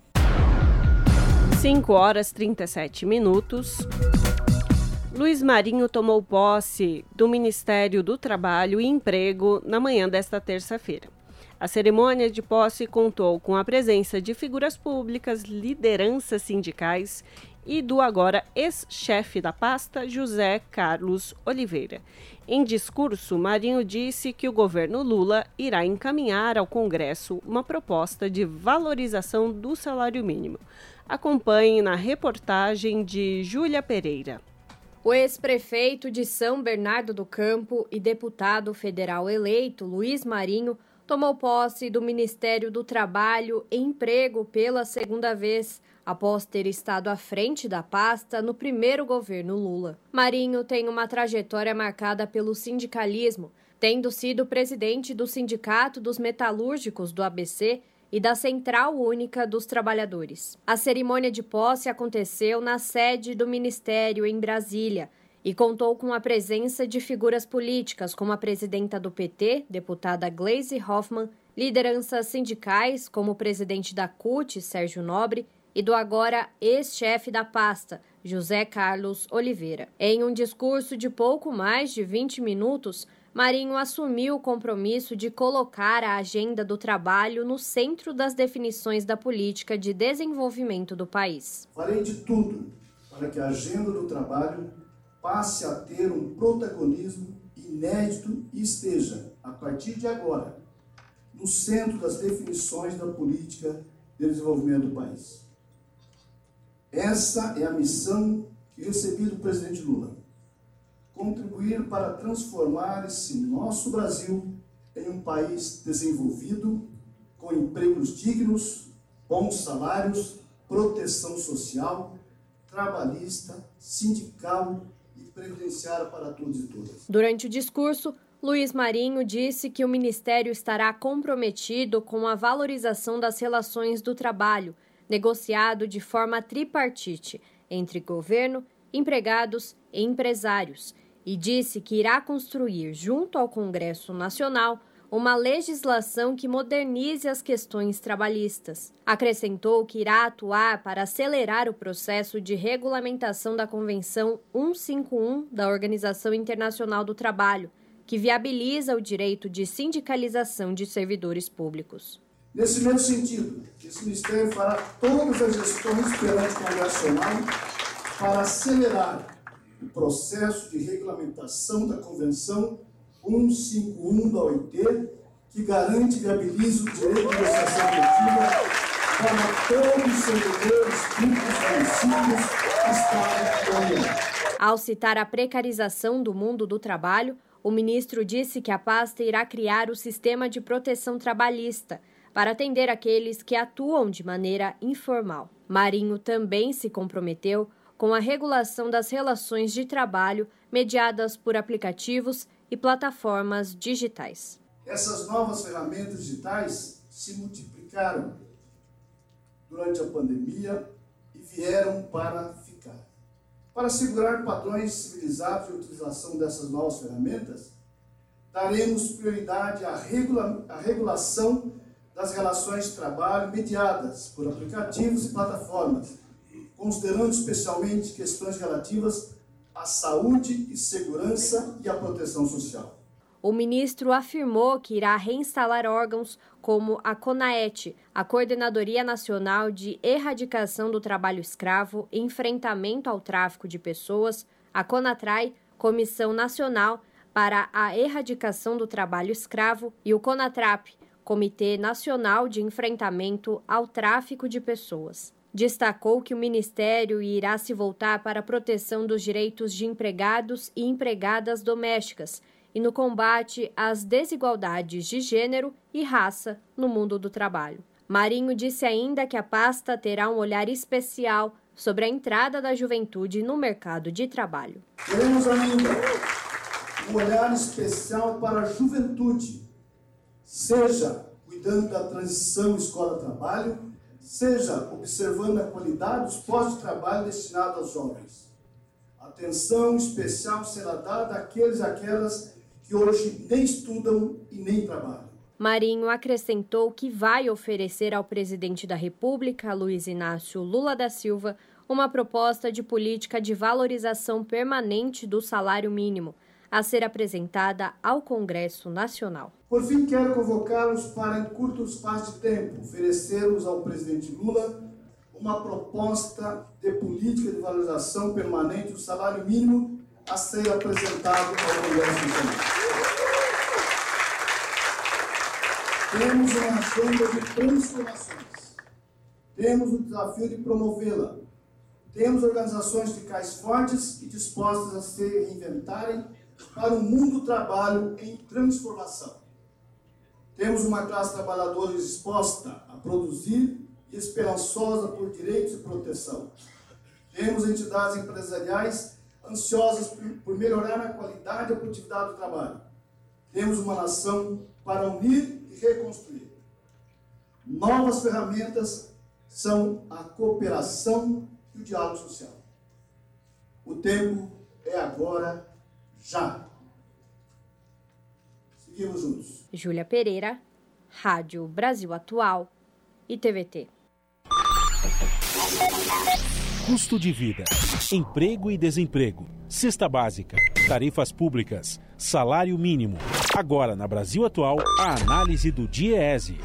cinco horas e trinta e sete minutos. Luiz Marinho tomou posse do Ministério do Trabalho e Emprego na manhã desta terça-feira. A cerimônia de posse contou com a presença de figuras públicas, lideranças sindicais e do agora ex-chefe da pasta, José Carlos Oliveira. Em discurso, Marinho disse que o governo Lula irá encaminhar ao Congresso uma proposta de valorização do salário mínimo. Acompanhe na reportagem de Júlia Pereira. O ex-prefeito de São Bernardo do Campo e deputado federal eleito, Luiz Marinho, tomou posse do Ministério do Trabalho e Emprego pela segunda vez, após ter estado à frente da pasta no primeiro governo Lula. Marinho tem uma trajetória marcada pelo sindicalismo, tendo sido presidente do Sindicato dos Metalúrgicos do A B C e da Central Única dos Trabalhadores. A cerimônia de posse aconteceu na sede do Ministério, em Brasília, e contou com a presença de figuras políticas como a presidenta do P T, deputada Gleisi Hoffmann, lideranças sindicais como o presidente da C U T, Sérgio Nobre, e do agora ex-chefe da pasta, José Carlos Oliveira. Em um discurso de pouco mais de vinte minutos, Marinho assumiu o compromisso de colocar a agenda do trabalho no centro das definições da política de desenvolvimento do país. Farei de tudo para que a agenda do trabalho passe a ter um protagonismo inédito e esteja, a partir de agora, no centro das definições da política de desenvolvimento do país. Essa é a missão que recebi do presidente Lula. Contribuir para transformar esse nosso Brasil em um país desenvolvido, com empregos dignos, bons salários, proteção social, trabalhista, sindical e previdenciária para todos e todas. Durante o discurso, Luiz Marinho disse que o Ministério estará comprometido com a valorização das relações do trabalho, negociado de forma tripartite entre governo, empregados e empresários, e disse que irá construir, junto ao Congresso Nacional, uma legislação que modernize as questões trabalhistas. Acrescentou que irá atuar para acelerar o processo de regulamentação da Convenção cento e cinquenta e um da Organização Internacional do Trabalho, que viabiliza o direito de sindicalização de servidores públicos. Nesse mesmo sentido, esse Ministério fará todas as gestões perante o Congresso Nacional para acelerar o processo de regulamentação da Convenção cento e cinquenta e um da O I T, que garante e viabiliza o direito de negociação coletiva para todos os servidores públicos, municípios, Estado e União. Ao citar a precarização do mundo do trabalho, o ministro disse que a pasta irá criar o sistema de proteção trabalhista para atender aqueles que atuam de maneira informal. Marinho também se comprometeu com a regulação das relações de trabalho mediadas por aplicativos e plataformas digitais. Essas novas ferramentas digitais se multiplicaram durante a pandemia e vieram para ficar. Para assegurar padrões civilizados de utilização dessas novas ferramentas, daremos prioridade à, regula- à regulação das relações de trabalho mediadas por aplicativos e plataformas, considerando especialmente questões relativas à saúde e segurança e à proteção social. O ministro afirmou que irá reinstalar órgãos como a CONAET, a Coordenadoria Nacional de Erradicação do Trabalho Escravo e Enfrentamento ao Tráfico de Pessoas, a CONATRAI, Comissão Nacional para a Erradicação do Trabalho Escravo, e o CONATRAP, Comitê Nacional de Enfrentamento ao Tráfico de Pessoas. Destacou que o Ministério irá se voltar para a proteção dos direitos de empregados e empregadas domésticas e no combate às desigualdades de gênero e raça no mundo do trabalho. Marinho disse ainda que a pasta terá um olhar especial sobre a entrada da juventude no mercado de trabalho. Teremos ainda um olhar especial para a juventude, seja cuidando da transição escola-trabalho, seja observando a qualidade dos postos de trabalho destinados aos jovens. Atenção especial será dada àqueles e àquelas que hoje nem estudam e nem trabalham. Marinho acrescentou que vai oferecer ao presidente da República, Luiz Inácio Lula da Silva, uma proposta de política de valorização permanente do salário mínimo, a ser apresentada ao Congresso Nacional. Por fim, quero convocá-los para, em curto espaço de tempo, oferecermos ao presidente Lula uma proposta de política de valorização permanente do salário mínimo a ser apresentado ao Congresso Nacional. Temos uma agenda de transformações. Temos o desafio de promovê-la. Temos organizações sindicais fortes e dispostas a se reinventarem para um mundo do trabalho em transformação. Temos uma classe trabalhadora disposta a produzir e esperançosa por direitos e proteção. Temos entidades empresariais ansiosas por melhorar a qualidade e a produtividade do trabalho. Temos uma nação para unir e reconstruir. Novas ferramentas são a cooperação e o diálogo social. O tempo é agora, já. Seguimos juntos. Júlia Pereira, Rádio Brasil Atual e T V T. Custo de vida, emprego e desemprego, cesta básica, tarifas públicas, salário mínimo. Agora, na Brasil Atual, a análise do DIEESE.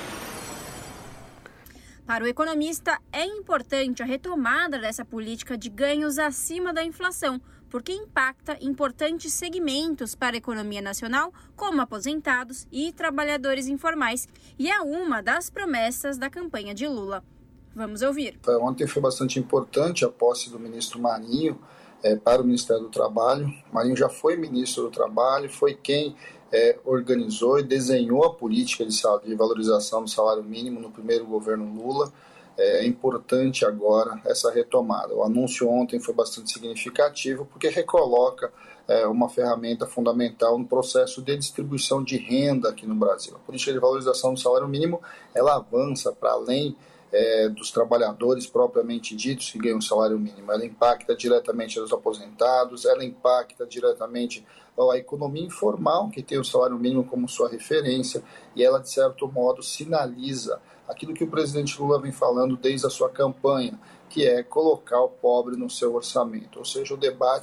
Para o economista, é importante a retomada dessa política de ganhos acima da inflação, porque impacta importantes segmentos para a economia nacional, como aposentados e trabalhadores informais, e é uma das promessas da campanha de Lula. Vamos ouvir. Ontem foi bastante importante a posse do ministro Marinho é, para o Ministério do Trabalho. Marinho já foi ministro do Trabalho, foi quem é, organizou e desenhou a política de, de valorização do salário mínimo no primeiro governo Lula. É importante agora essa retomada. O anúncio ontem foi bastante significativo porque recoloca é, uma ferramenta fundamental no processo de distribuição de renda aqui no Brasil. A política de valorização do salário mínimo ela avança para além É, dos trabalhadores propriamente ditos que ganham salário mínimo. Ela impacta diretamente os aposentados, ela impacta diretamente a economia informal, que tem o salário mínimo como sua referência, e ela, de certo modo, sinaliza aquilo que o presidente Lula vem falando desde a sua campanha, que é colocar o pobre no seu orçamento, ou seja, o debate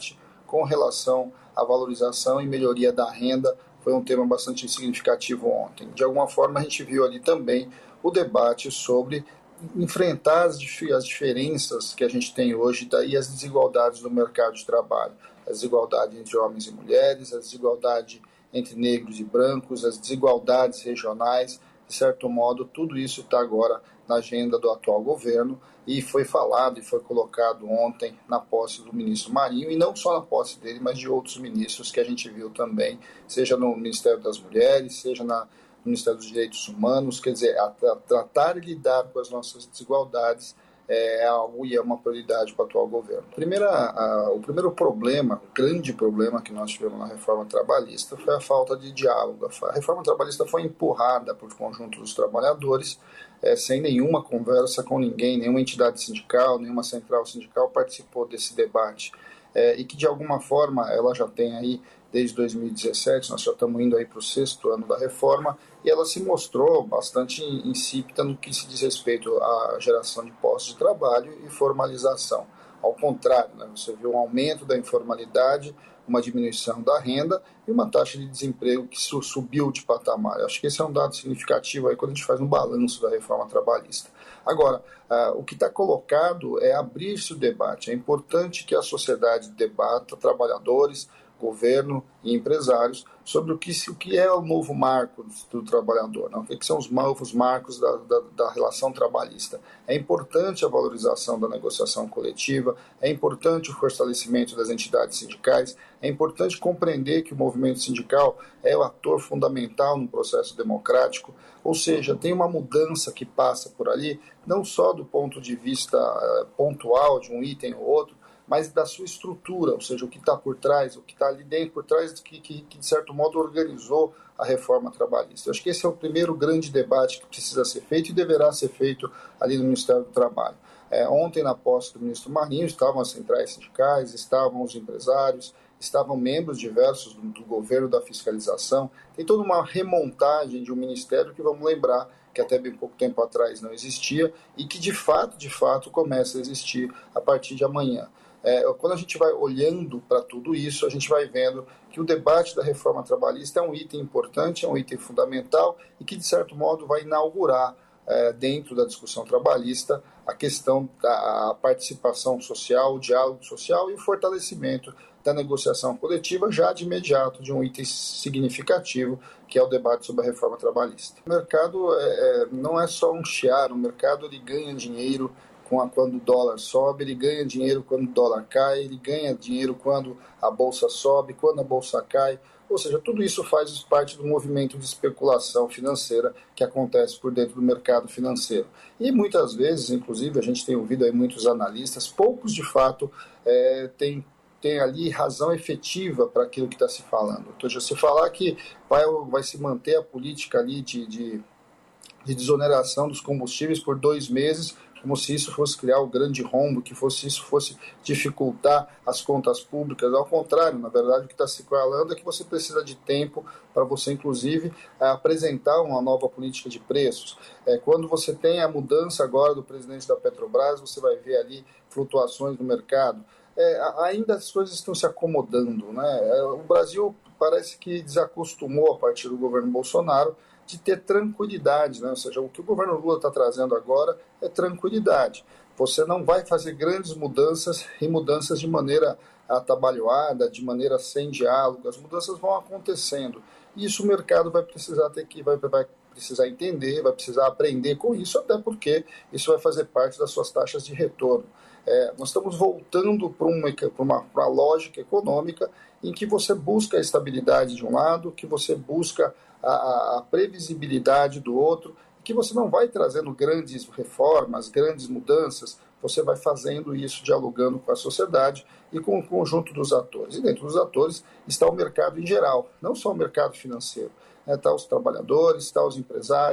com relação à valorização e melhoria da renda. Foi um tema bastante significativo ontem. De alguma forma, a gente viu ali também o debate sobre enfrentar as, as diferenças que a gente tem hoje e as desigualdades do mercado de trabalho. A desigualdade entre homens e mulheres, a desigualdade entre negros e brancos, as desigualdades regionais. De certo modo, tudo isso está agora na agenda do atual governo e foi falado e foi colocado ontem na posse do ministro Marinho, e não só na posse dele, mas de outros ministros que a gente viu também, seja no Ministério das Mulheres, seja na, no Ministério dos Direitos Humanos. Quer dizer, a, a tratar e lidar com as nossas desigualdades é algo e é uma prioridade para o atual governo. Primeira, a, o primeiro problema, o grande problema que nós tivemos na reforma trabalhista foi a falta de diálogo. A reforma trabalhista foi empurrada por conjunto dos trabalhadores, é, sem nenhuma conversa com ninguém, nenhuma entidade sindical, nenhuma central sindical participou desse debate. É, e que de alguma forma ela já tem aí, desde dois mil e dezessete, nós já estamos indo aí para o sexto ano da reforma, e ela se mostrou bastante insípida no que se diz respeito à geração de postos de trabalho e formalização. Ao contrário, né, você viu um aumento da informalidade, uma diminuição da renda e uma taxa de desemprego que subiu de patamar. Eu acho que esse é um dado significativo aí quando a gente faz um balanço da reforma trabalhista. Agora, uh, o que está colocado é abrir-se o debate. É importante que a sociedade debata, trabalhadores, governo e empresários, sobre o que, o que é o novo marco do trabalhador, não? O que são os novos marcos da, da, da relação trabalhista. É importante a valorização da negociação coletiva, é importante o fortalecimento das entidades sindicais, é importante compreender que o movimento sindical é o ator fundamental no processo democrático, ou seja, tem uma mudança que passa por ali, não só do ponto de vista uh, pontual de um item ou outro, mas da sua estrutura, ou seja, o que está por trás, o que está ali dentro, por trás, que, que, que de certo modo organizou a reforma trabalhista. Eu acho que esse é o primeiro grande debate que precisa ser feito e deverá ser feito ali no Ministério do Trabalho. É, ontem, na posse do ministro Marinho, estavam as centrais sindicais, estavam os empresários, estavam membros diversos do, do governo, da fiscalização. Tem toda uma remontagem de um ministério que, vamos lembrar, que até bem pouco tempo atrás não existia e que, de fato, de fato, começa a existir a partir de amanhã. É, quando a gente vai olhando para tudo isso, a gente vai vendo que o debate da reforma trabalhista é um item importante, é um item fundamental e que, de certo modo, vai inaugurar, é, dentro da discussão trabalhista, a questão da participação social, o diálogo social e o fortalecimento da negociação coletiva, já de imediato, de um item significativo, que é o debate sobre a reforma trabalhista. O mercado é, é, não é só um chiar, o mercado ele ganha dinheiro quando o dólar sobe, ele ganha dinheiro quando o dólar cai, ele ganha dinheiro quando a bolsa sobe, quando a bolsa cai. Ou seja, tudo isso faz parte do movimento de especulação financeira que acontece por dentro do mercado financeiro. E muitas vezes, inclusive, a gente tem ouvido aí muitos analistas, poucos de fato é, têm tem ali razão efetiva para aquilo que está se falando. Então, já se falar que vai, vai se manter a política ali de, de, de desoneração dos combustíveis por dois meses, como se isso fosse criar um grande rombo, que fosse, isso fosse dificultar as contas públicas. Ao contrário, na verdade, o que está se falando é que você precisa de tempo para você, inclusive, apresentar uma nova política de preços. É, quando você tem a mudança agora do presidente da Petrobras, você vai ver ali flutuações no mercado. É, ainda as coisas estão se acomodando, né? O Brasil parece que desacostumou, a partir do governo Bolsonaro, de ter tranquilidade, né? Ou seja, o que o governo Lula está trazendo agora é tranquilidade. Você não vai fazer grandes mudanças e mudanças de maneira atabalhoada, de maneira sem diálogo. As mudanças vão acontecendo. E isso o mercado vai precisar ter que vai, vai precisar entender, vai precisar aprender com isso, até porque isso vai fazer parte das suas taxas de retorno. É, nós estamos voltando para uma, uma, uma lógica econômica em que você busca a estabilidade de um lado, que você busca a, a previsibilidade do outro, que você não vai trazendo grandes reformas, grandes mudanças, você vai fazendo isso dialogando com a sociedade e com o conjunto dos atores. E dentro dos atores está o mercado em geral, não só o mercado financeiro. Está os trabalhadores, está os empresários,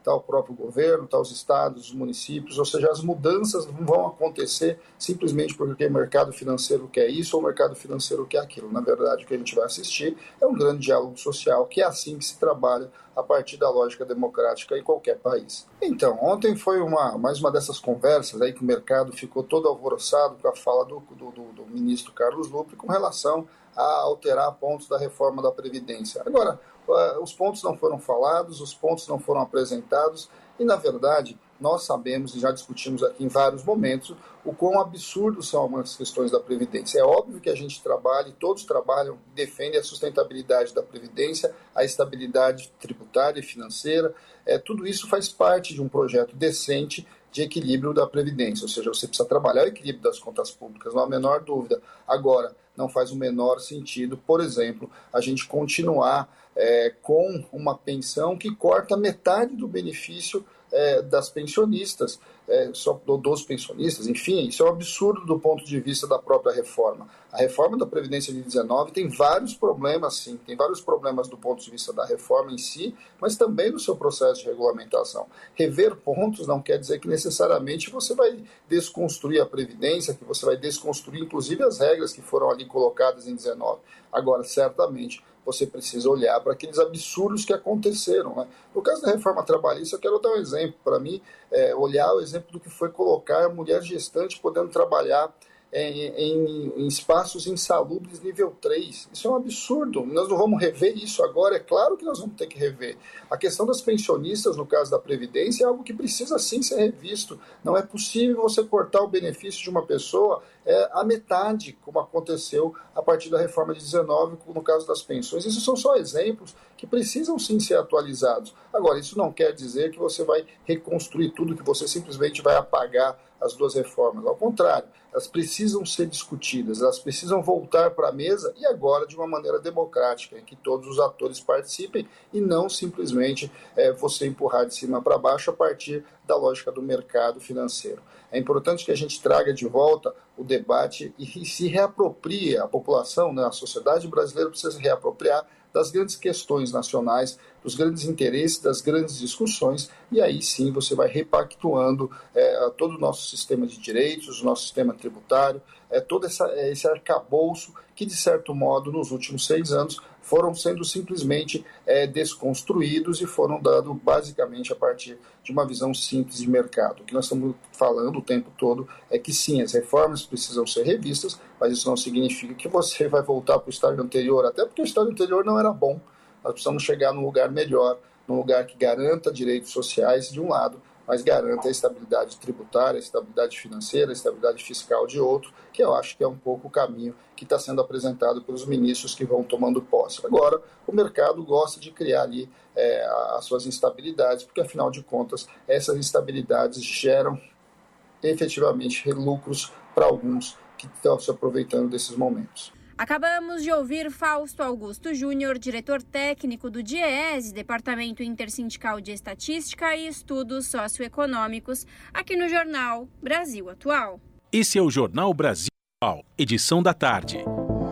está o próprio governo, está os estados, os municípios, ou seja, as mudanças não vão acontecer simplesmente porque o mercado financeiro quer isso ou o mercado financeiro quer aquilo. Na verdade, o que a gente vai assistir é um grande diálogo social, que é assim que se trabalha a partir da lógica democrática em qualquer país. Então, ontem foi uma, mais uma dessas conversas aí que o mercado ficou todo alvoroçado com a fala do, do, do, do ministro Carlos Lupe com relação a alterar pontos da reforma da Previdência. Agora, os pontos não foram falados, os pontos não foram apresentados e, na verdade, nós sabemos e já discutimos aqui em vários momentos o quão absurdos são algumas questões da Previdência. É óbvio que a gente trabalha, e todos trabalham, defendem a sustentabilidade da Previdência, a estabilidade tributária e financeira. É, tudo isso faz parte de um projeto decente de equilíbrio da Previdência, ou seja, você precisa trabalhar o equilíbrio das contas públicas, não há a menor dúvida. Agora, não faz o menor sentido, por exemplo, a gente continuar é, com uma pensão que corta metade do benefício é, das pensionistas, é, só dos pensionistas, enfim, isso é um absurdo do ponto de vista da própria reforma. A reforma da Previdência de dezenove tem vários problemas, sim, tem vários problemas do ponto de vista da reforma em si, mas também do seu processo de regulamentação. Rever pontos não quer dizer que necessariamente você vai desconstruir a Previdência, que você vai desconstruir inclusive as regras que foram ali colocadas em dezenove. Agora, certamente, você precisa olhar para aqueles absurdos que aconteceram. Né? No caso da reforma trabalhista, eu quero dar um exemplo. Para mim, é, olhar o exemplo do que foi colocar a mulher gestante podendo trabalhar em, em, em espaços insalubres nível três. Isso é um absurdo. Nós não vamos rever isso agora. É claro que nós vamos ter que rever. A questão das pensionistas, no caso da Previdência, é algo que precisa sim ser revisto. Não é possível você cortar o benefício de uma pessoa é, a metade, como aconteceu a partir da reforma de dezenove, no caso das pensões. Isso são só exemplos que precisam sim ser atualizados. Agora, isso não quer dizer que você vai reconstruir tudo, que você simplesmente vai apagar as duas reformas. Ao contrário, elas precisam ser discutidas, elas precisam voltar para a mesa e agora de uma maneira democrática, em que todos os atores participem e não simplesmente é, você empurrar de cima para baixo a partir da lógica do mercado financeiro. É importante que a gente traga de volta o debate e se reaproprie a população, né, a sociedade brasileira precisa se reapropriar das grandes questões nacionais, dos grandes interesses, das grandes discussões, e aí sim você vai repactuando é, todo o nosso sistema de direitos, o nosso sistema tributário, é, todo essa, esse arcabouço que, de certo modo, nos últimos seis anos, foram sendo simplesmente é, desconstruídos e foram dados basicamente a partir de uma visão simples de mercado. O que nós estamos falando o tempo todo é que sim, as reformas precisam ser revistas, mas isso não significa que você vai voltar para o estágio anterior, até porque o estágio anterior não era bom. Nós precisamos chegar num lugar melhor, num lugar que garanta direitos sociais de um lado, mas garanta a estabilidade tributária, a estabilidade financeira, a estabilidade fiscal de outro, que eu acho que é um pouco o caminho que está sendo apresentado pelos ministros que vão tomando posse. Agora, o mercado gosta de criar ali é, as suas instabilidades, porque, afinal de contas, essas instabilidades geram efetivamente lucros para alguns que estão se aproveitando desses momentos. Acabamos de ouvir Fausto Augusto Júnior, diretor técnico do DIEESE, Departamento Intersindical de Estatística e Estudos Socioeconômicos, aqui no Jornal Brasil Atual. Esse é o Jornal Brasil Atual, edição da tarde.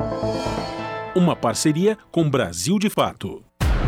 Uma parceria com Brasil de Fato.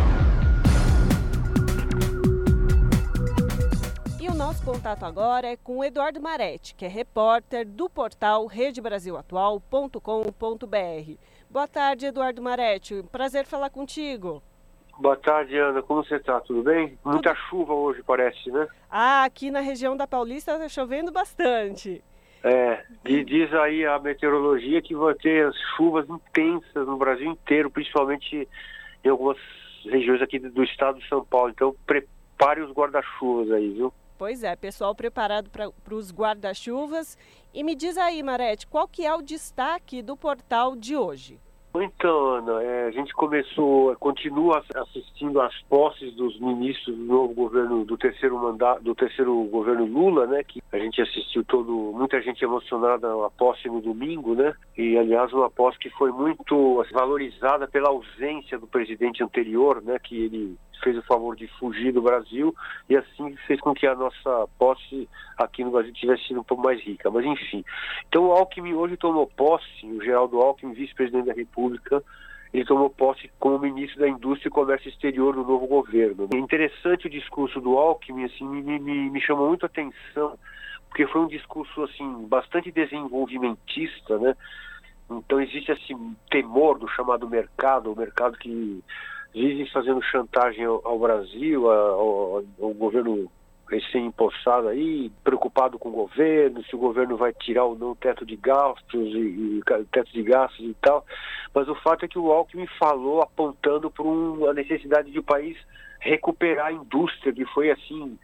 Nosso contato agora é com o Eduardo Maretti, que é repórter do portal rede brasil atual ponto com ponto b r. Boa tarde, Eduardo Maretti. Prazer falar contigo. Boa tarde, Ana. Como você está? Tudo bem? Muita Tudo... chuva hoje, parece, né? Ah, aqui na região da Paulista está chovendo bastante. É, diz aí a meteorologia que vai ter chuvas intensas no Brasil inteiro, principalmente em algumas regiões aqui do estado de São Paulo. Então, prepare os guarda-chuvas aí, viu? Pois é, pessoal preparado para os guarda-chuvas. E me diz aí, Maretti, qual que é o destaque do portal de hoje? Então, Ana, é, a gente começou, continua assistindo às posses dos ministros do novo governo, do terceiro mandato, do terceiro governo Lula, né? Que a gente assistiu todo, muita gente emocionada à posse no domingo, né? E, aliás, uma posse que foi muito valorizada pela ausência do presidente anterior, né? Que ele fez o favor de fugir do Brasil e assim fez com que a nossa posse aqui no Brasil tivesse sido um pouco mais rica. Mas enfim, então o Alckmin hoje tomou posse, o Geraldo Alckmin, vice-presidente da República, ele tomou posse como ministro da Indústria e Comércio Exterior do novo governo. É interessante o discurso do Alckmin, assim, me, me, me chamou muito a atenção, porque foi um discurso assim, bastante desenvolvimentista, né? Então existe esse temor do chamado mercado, o mercado que vive fazendo chantagem ao, ao Brasil, ao, ao governo recém-impossado aí, preocupado com o governo, se o governo vai tirar ou não o teto de gastos e, e teto de gastos e tal. Mas o fato é que o Alckmin falou apontando para um, a necessidade de o país recuperar a indústria, que foi assim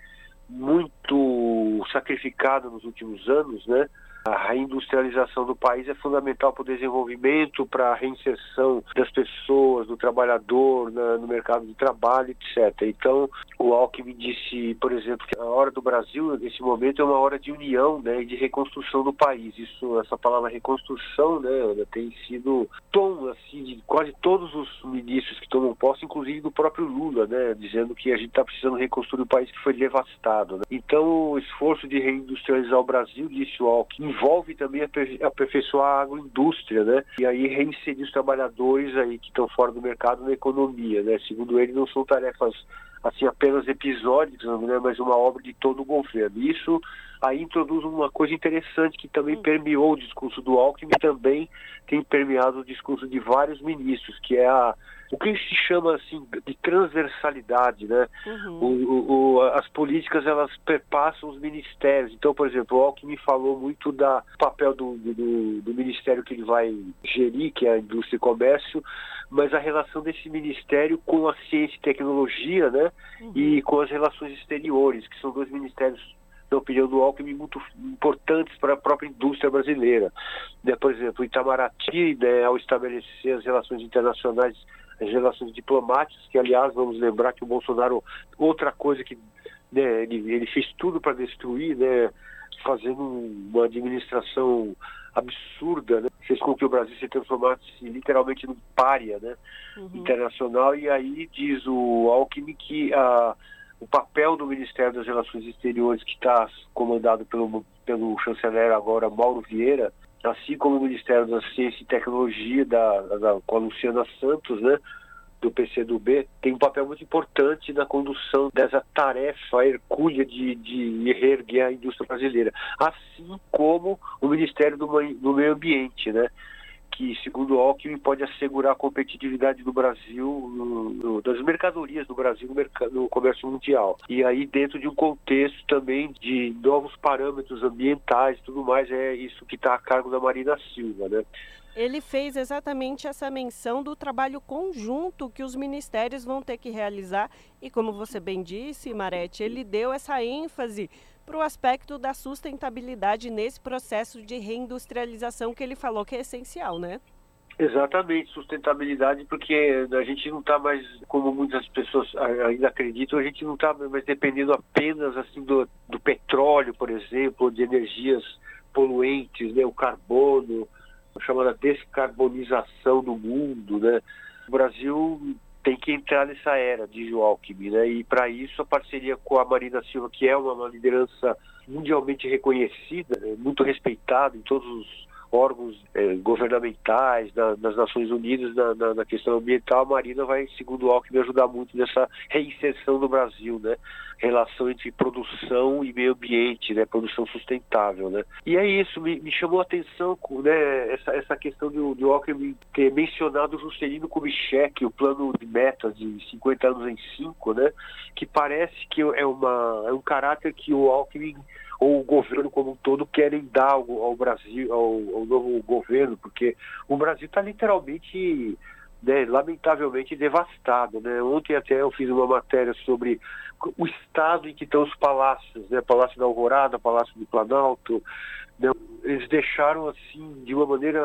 muito sacrificada nos últimos anos, né? A reindustrialização do país é fundamental para o desenvolvimento, para a reinserção das pessoas, do trabalhador na, no mercado de trabalho, etcétera. Então, o Alckmin disse, por exemplo, que a hora do Brasil, nesse momento, é uma hora de união, né, e de reconstrução do país. Isso, essa palavra reconstrução, né, tem sido tom assim, de quase todos os ministros que tomam posse, inclusive do próprio Lula, né, dizendo que a gente está precisando reconstruir o país que foi devastado, né? Então, o esforço de reindustrializar o Brasil, disse o Alckmin, envolve também aperfeiçoar a agroindústria, né? E aí reinserir os trabalhadores aí que estão fora do mercado na economia, né? Segundo ele, não são tarefas assim apenas episódicas, né? Mas uma obra de todo o governo. Isso aí introduz uma coisa interessante que também permeou o discurso do Alckmin e também tem permeado o discurso de vários ministros, que é a o que se chama assim de transversalidade, né? Uhum. O, o, as políticas, elas perpassam os ministérios. Então, por exemplo, o Alckmin falou muito do papel do, do, do ministério que ele vai gerir, que é a Indústria e Comércio, mas a relação desse ministério com a ciência e tecnologia, né? Uhum. E com as relações exteriores, que são dois ministérios, na opinião do Alckmin, muito importantes para a própria indústria brasileira. Né? Por exemplo, o Itamaraty, né, ao estabelecer as relações internacionais, as relações diplomáticas, que, aliás, vamos lembrar que o Bolsonaro, outra coisa que, né, ele, ele fez tudo para destruir, né, fazendo uma administração absurda, né, fez com que o Brasil se transformasse literalmente num pária, né, uhum. internacional, e aí diz o Alckmin que a, o papel do Ministério das Relações Exteriores, que está comandado pelo, pelo chanceler agora, Mauro Vieira, assim como o Ministério da Ciência e Tecnologia, da, da, com a Luciana Santos, né, do P C do B, tem um papel muito importante na condução dessa tarefa hercúlea de, de reerguer a indústria brasileira, assim como o Ministério do, do Meio Ambiente, né, que, segundo o Alckmin, pode assegurar a competitividade do Brasil, no, no, das mercadorias do Brasil no, mercado, no comércio mundial. E aí, dentro de um contexto também de novos parâmetros ambientais e tudo mais, é isso que está a cargo da Marina Silva, né? Ele fez exatamente essa menção do trabalho conjunto que os ministérios vão ter que realizar e, como você bem disse, Marete, ele deu essa ênfase para o aspecto da sustentabilidade nesse processo de reindustrialização que ele falou que é essencial, né? Exatamente, sustentabilidade, porque a gente não está mais, como muitas pessoas ainda acreditam, a gente não está mais dependendo apenas assim do, do petróleo, por exemplo, ou de energias poluentes, né, o carbono, a chamada descarbonização do mundo, né? O Brasil tem que entrar nessa era, diz o Alckmin, né? E para isso a parceria com a Marina Silva, que é uma, uma liderança mundialmente reconhecida, né? Muito respeitada em todos os órgãos eh, governamentais, na, nas Nações Unidas, na, na, na questão ambiental, a Marina vai, segundo o Alckmin, ajudar muito nessa reinserção do Brasil, né? Relação entre produção e meio ambiente, né? Produção sustentável, né? E é isso, me, me chamou a atenção, né? Essa, essa questão do, do Alckmin ter mencionado o Juscelino Kubitschek, o plano de metas de cinquenta anos em cinco, né? Que parece que é, uma, é um caráter que o Alckmin ou o governo como um todo querem dar ao, ao Brasil, ao, ao novo governo, porque o Brasil está literalmente, né, lamentavelmente devastado, né? Ontem até eu fiz uma matéria sobre o estado em que estão os palácios, né? Palácio da Alvorada, Palácio do Planalto, né? Eles deixaram assim de uma maneira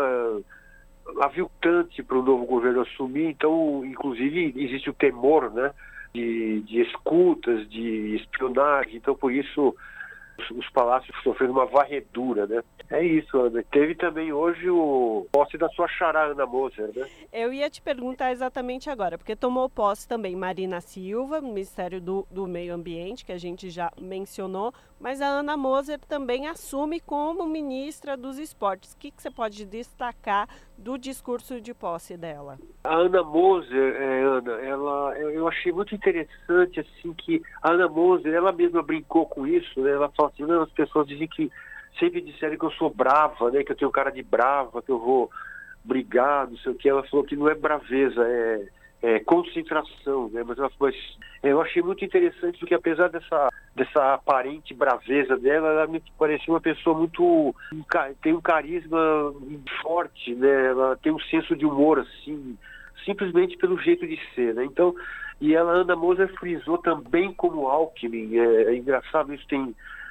aviltante para o novo governo assumir. Então, inclusive, existe o temor, né, de, de escutas, de espionagem. Então, por isso, os palácios sofrendo uma varredura, né? É isso, Ana. Teve também hoje o posse da sua xará, Ana Moser, né? Eu ia te perguntar exatamente agora, porque tomou posse também Marina Silva, no Ministério do, do Meio Ambiente, que a gente já mencionou, mas a Ana Moser também assume como ministra dos esportes. O que, que você pode destacar do discurso de posse dela? A Ana Moser, é, Ana, ela, eu achei muito interessante, assim, que a Ana Moser, ela mesma brincou com isso, né? Ela falou assim, não, as pessoas dizem que sempre disseram que eu sou brava, né? Que eu tenho cara de brava, que eu vou brigar, não sei o que. Ela falou que não é braveza, é, é concentração, né? Mas ela falou, eu achei muito interessante porque apesar dessa, dessa aparente braveza dela, ela me parecia uma pessoa muito, tem um carisma forte, né? Ela tem um senso de humor, assim, simplesmente pelo jeito de ser, né? Então, e ela, Ana Moser, frisou também como Alckmin, é, é engraçado, isso tem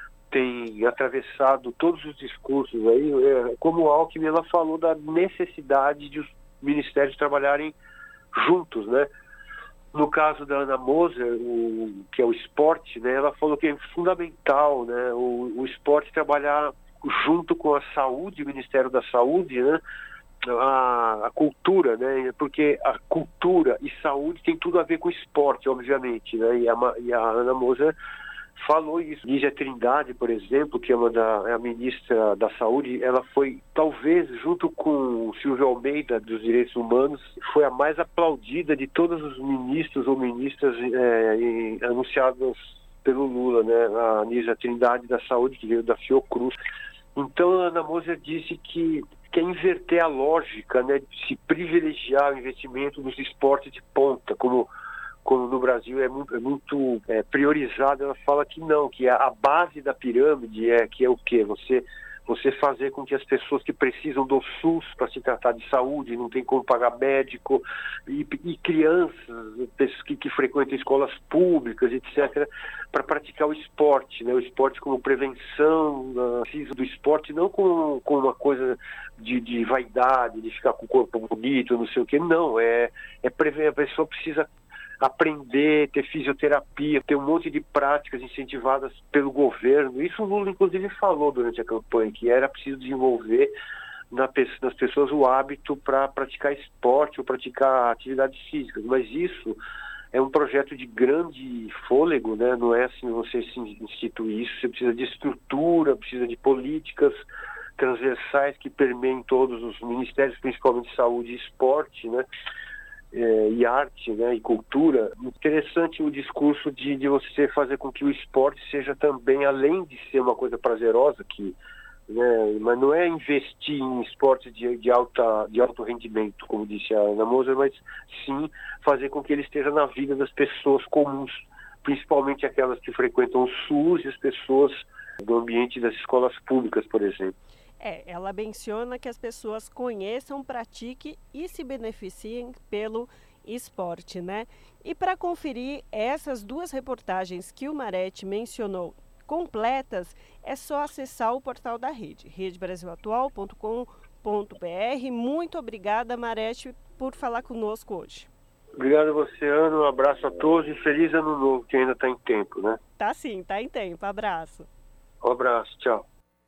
tem atravessado todos os discursos aí, é, como Alckmin, ela falou da necessidade de os ministérios trabalharem juntos, né? No caso da Ana Moser, o, que é o esporte, né? Ela falou que é fundamental, né? O, o esporte trabalhar junto com a saúde, o Ministério da Saúde, né? A, a cultura, né? Porque a cultura e saúde tem tudo a ver com esporte, obviamente, né? E a, e a Ana Moser falou isso. Lígia Trindade, por exemplo, que é uma da é a ministra da Saúde, ela foi, talvez, junto com o Silvio Almeida, dos Direitos Humanos, foi a mais aplaudida de todos os ministros ou ministras é, em, anunciados pelo Lula, né? A Lígia Trindade da Saúde, que veio da Fiocruz. Então, a Ana Moser disse que quer inverter a lógica, né, de se privilegiar o investimento nos esportes de ponta, como como no Brasil é muito, é muito é, priorizado. Ela fala que não, que a, a base da pirâmide é que é o quê? Você, você fazer com que as pessoas que precisam do SUS para se tratar de saúde, não tem como pagar médico, e, e crianças que, que frequentam escolas públicas, etcétera, para praticar o esporte, né? O esporte como prevenção, uh, do esporte não como, como uma coisa de, de vaidade, de ficar com o corpo bonito, não sei o quê, não, é, é prever, a pessoa precisa aprender, ter fisioterapia, ter um monte de práticas incentivadas pelo governo. Isso o Lula, inclusive, falou durante a campanha, que era preciso desenvolver na, nas pessoas o hábito para praticar esporte ou praticar atividades físicas. Mas isso é um projeto de grande fôlego, né? Não é assim você se instituir isso, você precisa de estrutura, precisa de políticas transversais que permeiem todos os ministérios, principalmente de saúde e esporte, né? É, e arte, né, e cultura. Interessante o discurso de, de você fazer com que o esporte seja também, além de ser uma coisa prazerosa, que, né, mas não é investir em esportes de, de, alta, de alto rendimento, como disse a Ana Moser, mas sim fazer com que ele esteja na vida das pessoas comuns, principalmente aquelas que frequentam o SUS e as pessoas do ambiente das escolas públicas, por exemplo. É, ela menciona que as pessoas conheçam, pratiquem e se beneficiem pelo esporte, né? E para conferir essas duas reportagens que o Marete mencionou completas, é só acessar o portal da Rede, rede brasil atual ponto com ponto b r. Muito obrigada, Marete, por falar conosco hoje. Obrigado a você, Ana. Um abraço a todos e feliz ano novo, que ainda está em tempo, né? Tá sim, tá em tempo. Abraço. Um abraço, tchau.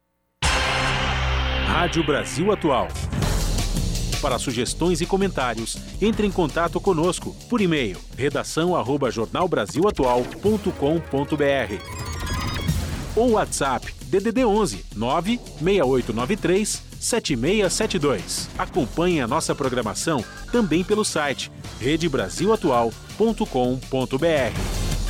Rádio Brasil Atual. Para sugestões e comentários, entre em contato conosco por e-mail redação arroba jornal brasil atual ponto com ponto b r ou WhatsApp D D D onze nove seis oito nove três sete seis sete dois. Acompanhe a nossa programação também pelo site rede brasil atual ponto com ponto b r.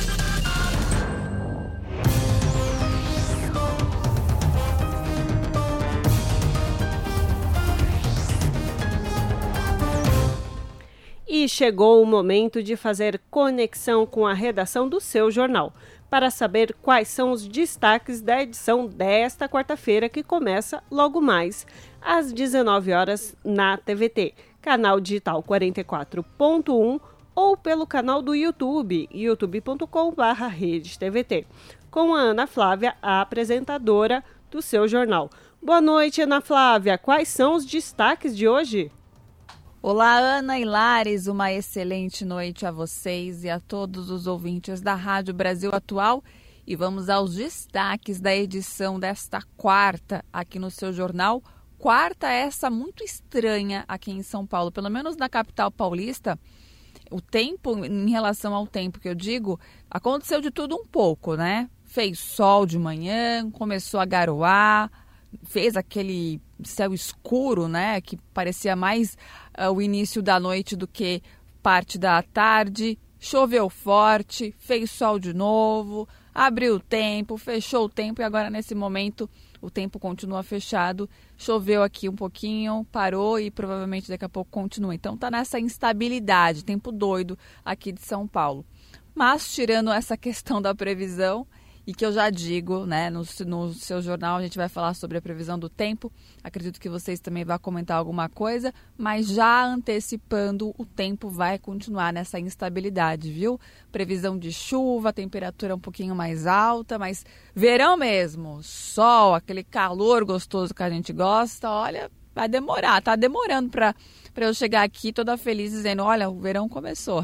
E chegou o momento de fazer conexão com a redação do seu jornal, para saber quais são os destaques da edição desta quarta-feira, que começa logo mais às dezenove horas na T V T, canal digital quarenta e quatro ponto um, ou pelo canal do YouTube, youtube ponto com barra rede T V T, com a Ana Flávia, a apresentadora do seu jornal. Boa noite, Ana Flávia. Quais são os destaques de hoje? Olá, Ana e Lares, uma excelente noite a vocês e a todos os ouvintes da Rádio Brasil Atual. E vamos aos destaques da edição desta quarta aqui no seu jornal. Quarta essa muito estranha aqui em São Paulo, pelo menos na capital paulista. O tempo, em relação ao tempo que eu digo, aconteceu de tudo um pouco, né? Fez sol de manhã, começou a garoar, fez aquele céu escuro, né? Que parecia mais uh, o início da noite do que parte da tarde. Choveu forte, fez sol de novo, abriu o tempo, fechou o tempo e agora nesse momento o tempo continua fechado. Choveu aqui um pouquinho, parou e provavelmente daqui a pouco continua. Então tá nessa instabilidade, tempo doido aqui de São Paulo. Mas tirando essa questão da previsão, e que eu já digo, né, no, no seu jornal a gente vai falar sobre a previsão do tempo. Acredito que vocês também vão comentar alguma coisa, mas já antecipando, o tempo vai continuar nessa instabilidade, viu? Previsão de chuva, temperatura um pouquinho mais alta, mas verão mesmo, sol, aquele calor gostoso que a gente gosta, olha, vai demorar, tá demorando para para eu chegar aqui toda feliz dizendo, olha, o verão começou.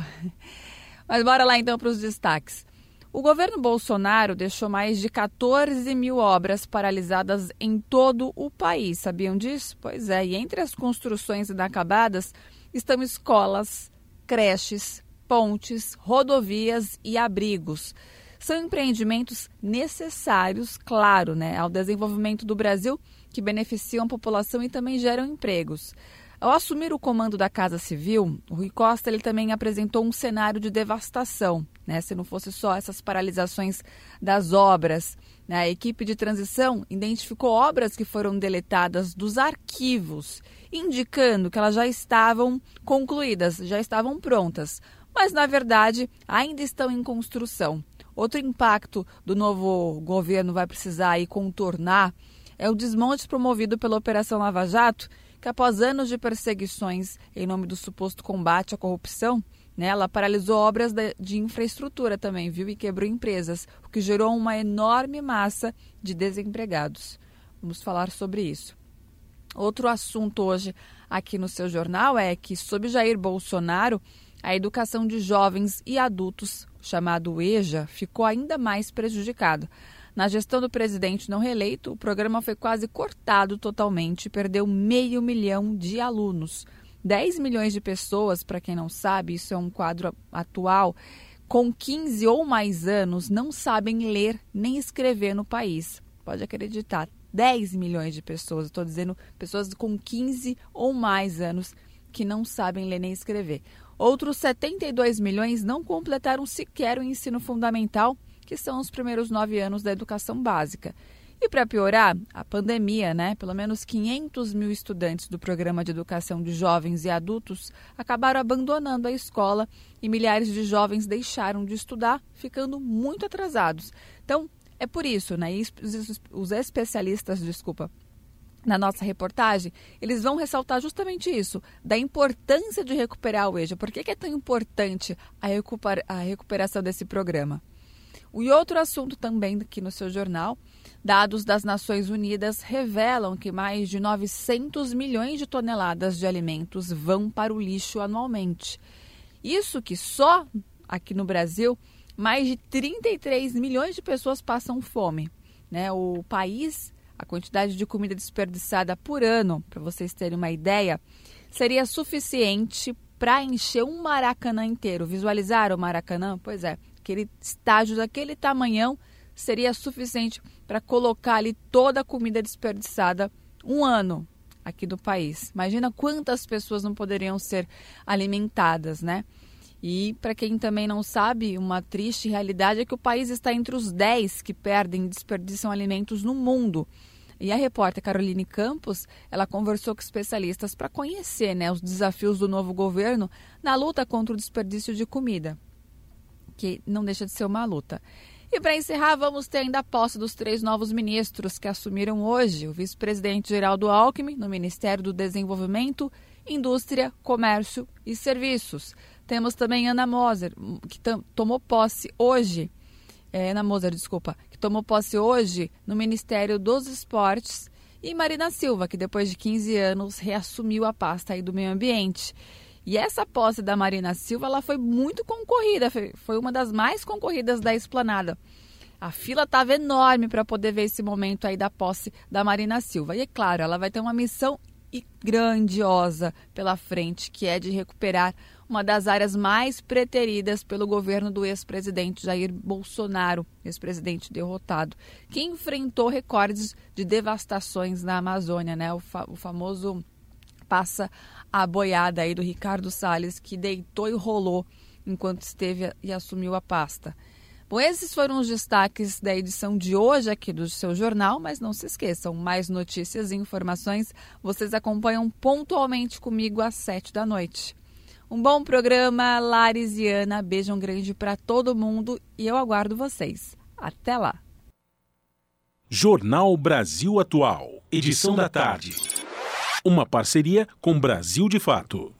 Mas bora lá então para os destaques. O governo Bolsonaro deixou mais de quatorze mil obras paralisadas em todo o país. Sabiam disso? Pois é, e entre as construções inacabadas estão escolas, creches, pontes, rodovias e abrigos. São empreendimentos necessários, claro, né, ao desenvolvimento do Brasil, que beneficiam a população e também geram empregos. Ao assumir o comando da Casa Civil, o Rui Costa ele também apresentou um cenário de devastação, né? Se não fosse só essas paralisações das obras. Né? A equipe de transição identificou obras que foram deletadas dos arquivos, indicando que elas já estavam concluídas, já estavam prontas, mas na verdade ainda estão em construção. Outro impacto do novo governo vai precisar aí contornar é o desmonte promovido pela Operação Lava Jato, que após anos de perseguições em nome do suposto combate à corrupção, né, ela paralisou obras de infraestrutura também, viu, e quebrou empresas, o que gerou uma enorme massa de desempregados. Vamos falar sobre isso. Outro assunto hoje aqui no seu jornal é que, sob Jair Bolsonaro, a educação de jovens e adultos, chamado EJA, ficou ainda mais prejudicada. Na gestão do presidente não reeleito, o programa foi quase cortado totalmente e perdeu meio milhão de alunos. dez milhões de pessoas, para quem não sabe, isso é um quadro atual, com quinze ou mais anos não sabem ler nem escrever no país. Pode acreditar, dez milhões de pessoas, estou dizendo pessoas com quinze ou mais anos que não sabem ler nem escrever. Outros setenta e dois milhões não completaram sequer o ensino fundamental, que são os primeiros nove anos da educação básica. E para piorar, a pandemia, né? Pelo menos quinhentos mil estudantes do Programa de Educação de Jovens e Adultos acabaram abandonando a escola e milhares de jovens deixaram de estudar, ficando muito atrasados. Então, é por isso, né? Os especialistas, desculpa, na nossa reportagem, eles vão ressaltar justamente isso, da importância de recuperar o EJA. Por que é tão importante a, recupera- a recuperação desse programa? E outro assunto também aqui no seu jornal, dados das Nações Unidas revelam que mais de novecentos milhões de toneladas de alimentos vão para o lixo anualmente. Isso que só aqui no Brasil, mais de trinta e três milhões de pessoas passam fome. Né? O país, a quantidade de comida desperdiçada por ano, para vocês terem uma ideia, seria suficiente para encher um Maracanã inteiro. Visualizaram o Maracanã? Pois é. Aquele estágio daquele tamanhão seria suficiente para colocar ali toda a comida desperdiçada um ano aqui do país. Imagina quantas pessoas não poderiam ser alimentadas, né? E para quem também não sabe, uma triste realidade é que o país está entre os dez que perdem e desperdiçam alimentos no mundo. E a repórter Caroline Campos, ela conversou com especialistas para conhecer, né, os desafios do novo governo na luta contra o desperdício de comida, que não deixa de ser uma luta. E para encerrar, vamos ter ainda a posse dos três novos ministros que assumiram hoje. O vice-presidente Geraldo Alckmin, no Ministério do Desenvolvimento, Indústria, Comércio e Serviços. Temos também Ana Moser, que tam- tomou posse hoje, é, Ana Moser, desculpa, que tomou posse hoje no Ministério dos Esportes, e Marina Silva, que depois de quinze anos reassumiu a pasta aí do Meio Ambiente. E essa posse da Marina Silva, ela foi muito concorrida, foi uma das mais concorridas da Esplanada. A fila estava enorme para poder ver esse momento aí da posse da Marina Silva. E é claro, ela vai ter uma missão grandiosa pela frente, que é de recuperar uma das áreas mais preteridas pelo governo do ex-presidente Jair Bolsonaro, ex-presidente derrotado, que enfrentou recordes de devastações na Amazônia, né? O, fa- o famoso passa a boiada aí do Ricardo Salles, que deitou e rolou enquanto esteve e assumiu a pasta. Bom, esses foram os destaques da edição de hoje aqui do seu jornal, mas não se esqueçam, mais notícias e informações vocês acompanham pontualmente comigo às sete da noite. Um bom programa, Laris e Ana, beijão grande para todo mundo e eu aguardo vocês. Até lá! Jornal Brasil Atual, edição da tarde. Uma parceria com Brasil de Fato.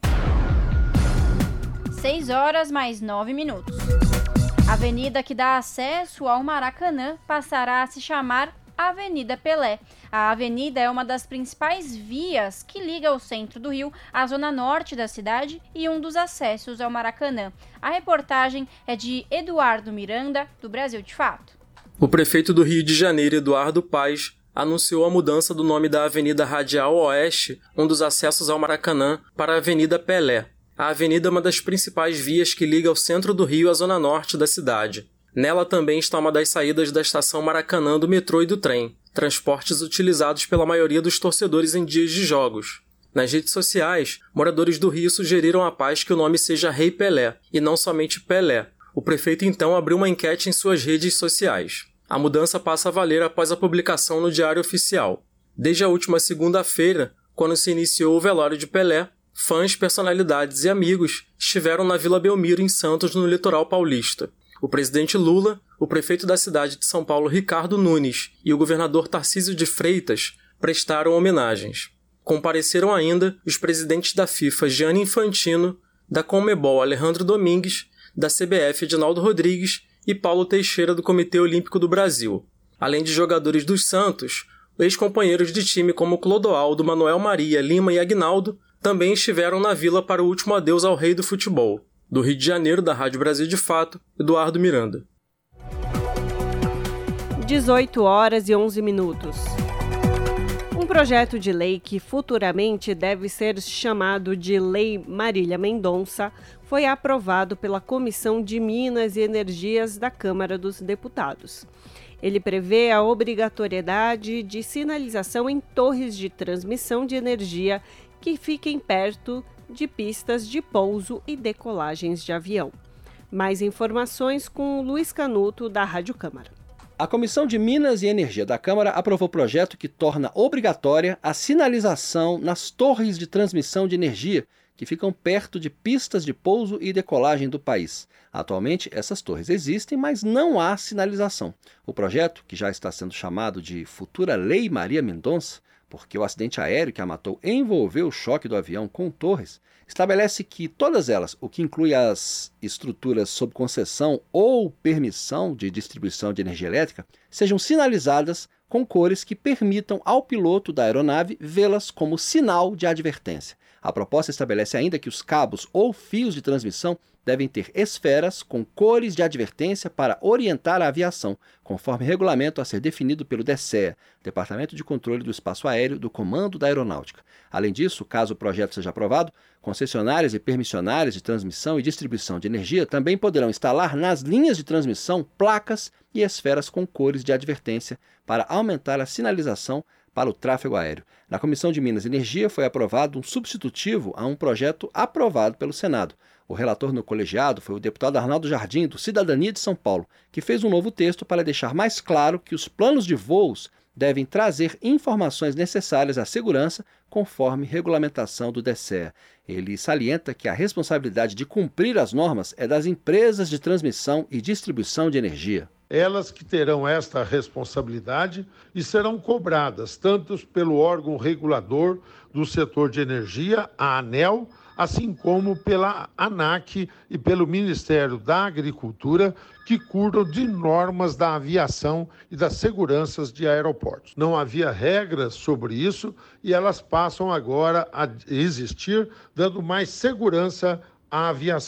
seis horas mais nove minutos. A avenida que dá acesso ao Maracanã passará a se chamar Avenida Pelé. A avenida é uma das principais vias que liga o centro do Rio à zona norte da cidade e um dos acessos ao Maracanã. A reportagem é de Eduardo Miranda, do Brasil de Fato. O prefeito do Rio de Janeiro, Eduardo Paes, anunciou a mudança do nome da Avenida Radial Oeste, um dos acessos ao Maracanã, para a Avenida Pelé. A avenida é uma das principais vias que liga o centro do Rio à zona norte da cidade. Nela também está uma das saídas da estação Maracanã do metrô e do trem, transportes utilizados pela maioria dos torcedores em dias de jogos. Nas redes sociais, moradores do Rio sugeriram a Paes que o nome seja Rei Pelé, e não somente Pelé. O prefeito então abriu uma enquete em suas redes sociais. A mudança passa a valer após a publicação no Diário Oficial. Desde a última segunda-feira, quando se iniciou o velório de Pelé, fãs, personalidades e amigos estiveram na Vila Belmiro, em Santos, no litoral paulista. O presidente Lula, o prefeito da cidade de São Paulo, Ricardo Nunes, e o governador Tarcísio de Freitas prestaram homenagens. Compareceram ainda os presidentes da FIFA, Gianni Infantino, da Conmebol, Alejandro Domingues, da C B F, Edinaldo Rodrigues, e Paulo Teixeira, do Comitê Olímpico do Brasil. Além de jogadores dos Santos, ex-companheiros de time como Clodoaldo, Manuel Maria, Lima e Aguinaldo também estiveram na vila para o último adeus ao rei do futebol. Do Rio de Janeiro, da Rádio Brasil de Fato, Eduardo Miranda. dezoito horas e onze minutos. Um projeto de lei que futuramente deve ser chamado de Lei Marília Mendonça foi aprovado pela Comissão de Minas e Energias da Câmara dos Deputados. Ele prevê a obrigatoriedade de sinalização em torres de transmissão de energia que fiquem perto de pistas de pouso e decolagens de avião. Mais informações com o Luiz Canuto, da Rádio Câmara. A Comissão de Minas e Energia da Câmara aprovou o projeto que torna obrigatória a sinalização nas torres de transmissão de energia que ficam perto de pistas de pouso e decolagem do país. Atualmente, essas torres existem, mas não há sinalização. O projeto, que já está sendo chamado de futura Lei Maria Mendonça, porque o acidente aéreo que a matou envolveu o choque do avião com torres, estabelece que todas elas, o que inclui as estruturas sob concessão ou permissão de distribuição de energia elétrica, sejam sinalizadas com cores que permitam ao piloto da aeronave vê-las como sinal de advertência. A proposta estabelece ainda que os cabos ou fios de transmissão devem ter esferas com cores de advertência para orientar a aviação, conforme regulamento a ser definido pelo DECEA, Departamento de Controle do Espaço Aéreo do Comando da Aeronáutica. Além disso, caso o projeto seja aprovado, concessionárias e permissionárias de transmissão e distribuição de energia também poderão instalar nas linhas de transmissão placas e esferas com cores de advertência para aumentar a sinalização para o tráfego aéreo. Na Comissão de Minas e Energia foi aprovado um substitutivo a um projeto aprovado pelo Senado. O relator no colegiado foi o deputado Arnaldo Jardim, do Cidadania de São Paulo, que fez um novo texto para deixar mais claro que os planos de voos devem trazer informações necessárias à segurança, conforme regulamentação do DECEA. Ele salienta que a responsabilidade de cumprir as normas é das empresas de transmissão e distribuição de energia. Elas que terão esta responsabilidade e serão cobradas tanto pelo órgão regulador do setor de energia, a ANEEL, assim como pela ANAC e pelo Ministério da Agricultura, que cuidam de normas da aviação e das seguranças de aeroportos. Não havia regras sobre isso e elas passam agora a existir, dando mais segurança à aviação.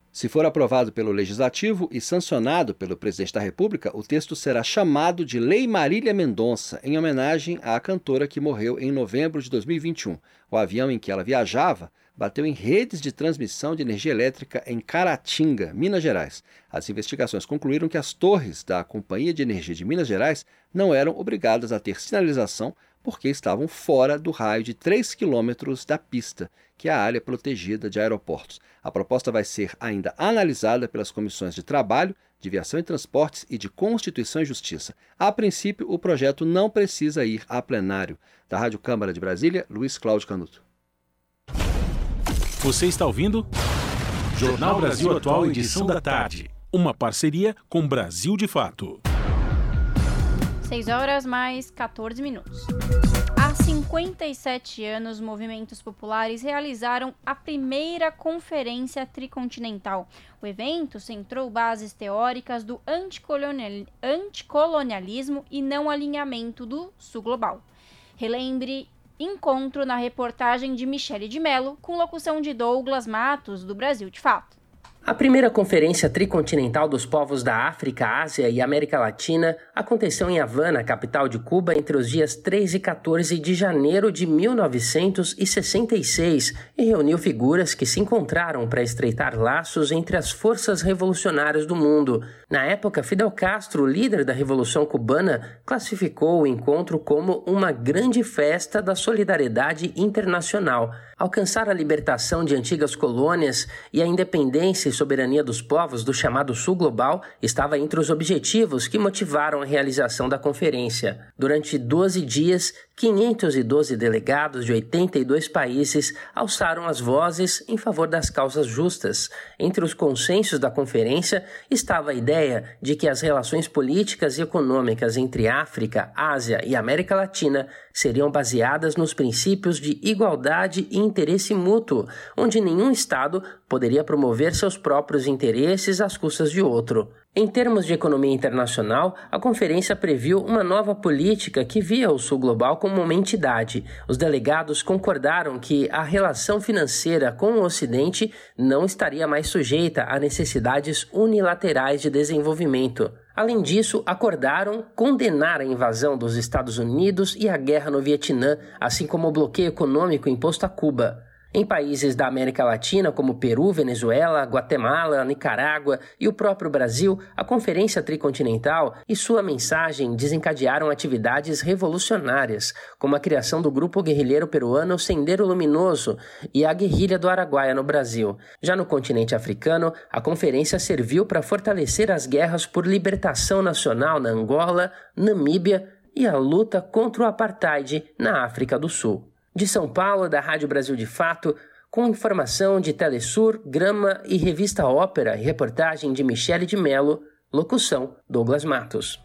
Se for aprovado pelo Legislativo e sancionado pelo Presidente da República, o texto será chamado de Lei Marília Mendonça, em homenagem à cantora que morreu em novembro de dois mil e vinte e um. O avião em que ela viajava bateu em redes de transmissão de energia elétrica em Caratinga, Minas Gerais. As investigações concluíram que as torres da Companhia de Energia de Minas Gerais não eram obrigadas a ter sinalização porque estavam fora do raio de três quilômetros da pista, que é a área protegida de aeroportos. A proposta vai ser ainda analisada pelas comissões de Trabalho, de Viação e Transportes e de Constituição e Justiça. A princípio, o projeto não precisa ir a plenário. Da Rádio Câmara de Brasília, Luiz Cláudio Canuto. Você está ouvindo? Jornal Brasil Atual, edição da tarde. Uma parceria com Brasil de Fato. seis horas mais quatorze minutos. Há cinquenta e sete anos, movimentos populares realizaram a primeira Conferência Tricontinental. O evento centrou bases teóricas do anticolonial, anticolonialismo e não alinhamento do Sul Global. Relembre encontro na reportagem de Michele de Mello, com locução de Douglas Matos, do Brasil de Fato. A primeira Conferência Tricontinental dos Povos da África, Ásia e América Latina aconteceu em Havana, capital de Cuba, entre os dias treze e quatorze de janeiro de mil novecentos e sessenta e seis e reuniu figuras que se encontraram para estreitar laços entre as forças revolucionárias do mundo. Na época, Fidel Castro, líder da Revolução Cubana, classificou o encontro como uma grande festa da solidariedade internacional. Alcançar a libertação de antigas colônias e a independência e soberania dos povos do chamado Sul Global estava entre os objetivos que motivaram a realização da conferência. Durante doze dias, quinhentos e doze delegados de oitenta e dois países alçaram as vozes em favor das causas justas. Entre os consensos da conferência estava a ideia de que as relações políticas e econômicas entre África, Ásia e América Latina seriam baseadas nos princípios de igualdade e interesse mútuo, onde nenhum Estado poderia promover seus próprios interesses às custas de outro. Em termos de economia internacional, a conferência previu uma nova política que via o Sul Global como uma entidade. Os delegados concordaram que a relação financeira com o Ocidente não estaria mais sujeita a necessidades unilaterais de desenvolvimento. Além disso, acordaram condenar a invasão dos Estados Unidos e a guerra no Vietnã, assim como o bloqueio econômico imposto a Cuba. Em países da América Latina, como Peru, Venezuela, Guatemala, Nicarágua e o próprio Brasil, a Conferência Tricontinental e sua mensagem desencadearam atividades revolucionárias, como a criação do grupo guerrilheiro peruano Sendero Luminoso e a Guerrilha do Araguaia no Brasil. Já no continente africano, a conferência serviu para fortalecer as guerras por libertação nacional na Angola, Namíbia e a luta contra o apartheid na África do Sul. De São Paulo, da Rádio Brasil de Fato, com informação de Telesur, Grama e Revista Ópera e reportagem de Michele de Mello, locução Douglas Matos.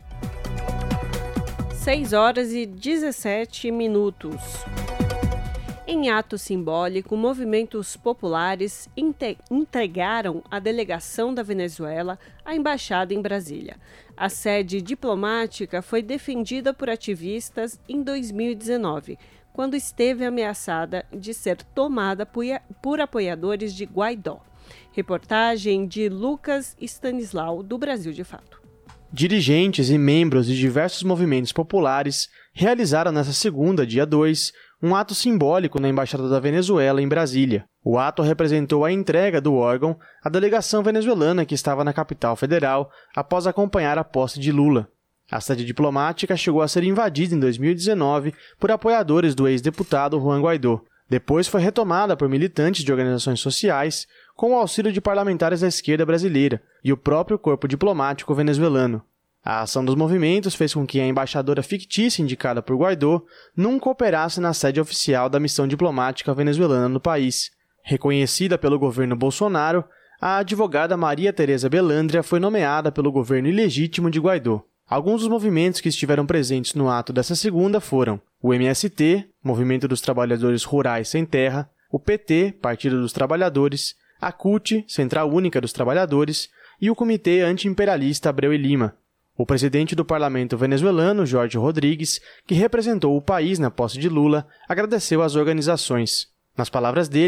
seis horas e dezessete minutos. Em ato simbólico, movimentos populares inte- entregaram a delegação da Venezuela à embaixada em Brasília. A sede diplomática foi defendida por ativistas em dois mil e dezenove, quando esteve ameaçada de ser tomada por apoiadores de Guaidó. Reportagem de Lucas Stanislau, do Brasil de Fato. Dirigentes e membros de diversos movimentos populares realizaram nesta segunda, dia dois, um ato simbólico na Embaixada da Venezuela em Brasília. O ato representou a entrega do órgão à delegação venezuelana que estava na capital federal após acompanhar a posse de Lula. A sede diplomática chegou a ser invadida em dois mil e dezenove por apoiadores do ex-deputado Juan Guaidó. Depois foi retomada por militantes de organizações sociais, com o auxílio de parlamentares da esquerda brasileira e o próprio corpo diplomático venezuelano. A ação dos movimentos fez com que a embaixadora fictícia indicada por Guaidó nunca operasse na sede oficial da missão diplomática venezuelana no país. Reconhecida pelo governo Bolsonaro, a advogada Maria Tereza Belândria foi nomeada pelo governo ilegítimo de Guaidó. Alguns dos movimentos que estiveram presentes no ato dessa segunda foram o M S T, Movimento dos Trabalhadores Rurais Sem Terra, o P T, Partido dos Trabalhadores, a C U T, Central Única dos Trabalhadores, e o Comitê Anti-Imperialista Abreu e Lima. O presidente do parlamento venezuelano, Jorge Rodrigues, que representou o país na posse de Lula, agradeceu às organizações. Nas palavras dele,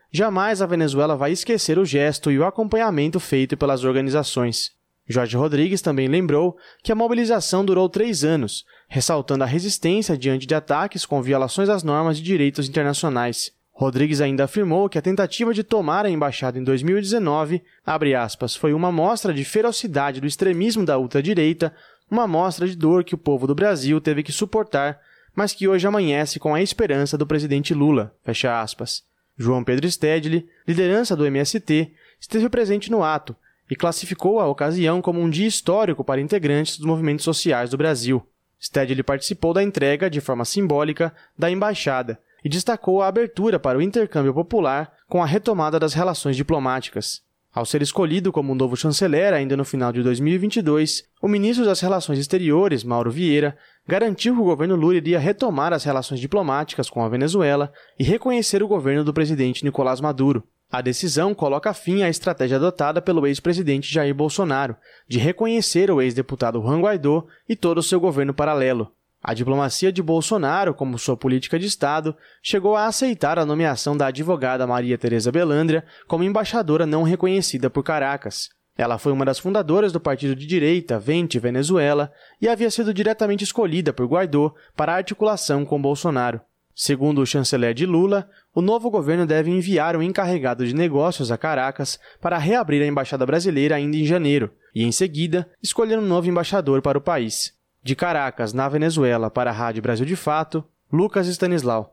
jamais a Venezuela vai esquecer o gesto e o acompanhamento feito pelas organizações. Jorge Rodrigues também lembrou que a mobilização durou três anos, ressaltando a resistência diante de ataques com violações às normas de direitos internacionais. Rodrigues ainda afirmou que a tentativa de tomar a embaixada em dois mil e dezenove, abre aspas, foi uma mostra de ferocidade do extremismo da ultradireita, uma mostra de dor que o povo do Brasil teve que suportar, mas que hoje amanhece com a esperança do presidente Lula, fecha aspas. João Pedro Stedley, liderança do M S T, esteve presente no ato e classificou a ocasião como um dia histórico para integrantes dos movimentos sociais do Brasil. Stedley participou da entrega, de forma simbólica, da embaixada e destacou a abertura para o intercâmbio popular com a retomada das relações diplomáticas. Ao ser escolhido como novo chanceler ainda no final de dois mil e vinte e dois, o ministro das Relações Exteriores, Mauro Vieira, garantiu que o governo Lula iria retomar as relações diplomáticas com a Venezuela e reconhecer o governo do presidente Nicolás Maduro. A decisão coloca fim à estratégia adotada pelo ex-presidente Jair Bolsonaro de reconhecer o ex-deputado Juan Guaidó e todo o seu governo paralelo. A diplomacia de Bolsonaro, como sua política de Estado, chegou a aceitar a nomeação da advogada Maria Tereza Belândria como embaixadora não reconhecida por Caracas. Ela foi uma das fundadoras do partido de direita Vente Venezuela e havia sido diretamente escolhida por Guaidó para a articulação com Bolsonaro. Segundo o chanceler de Lula, o novo governo deve enviar um encarregado de negócios a Caracas para reabrir a embaixada brasileira ainda em janeiro e, em seguida, escolher um novo embaixador para o país. De Caracas, na Venezuela, para a Rádio Brasil de Fato, Lucas Stanislau.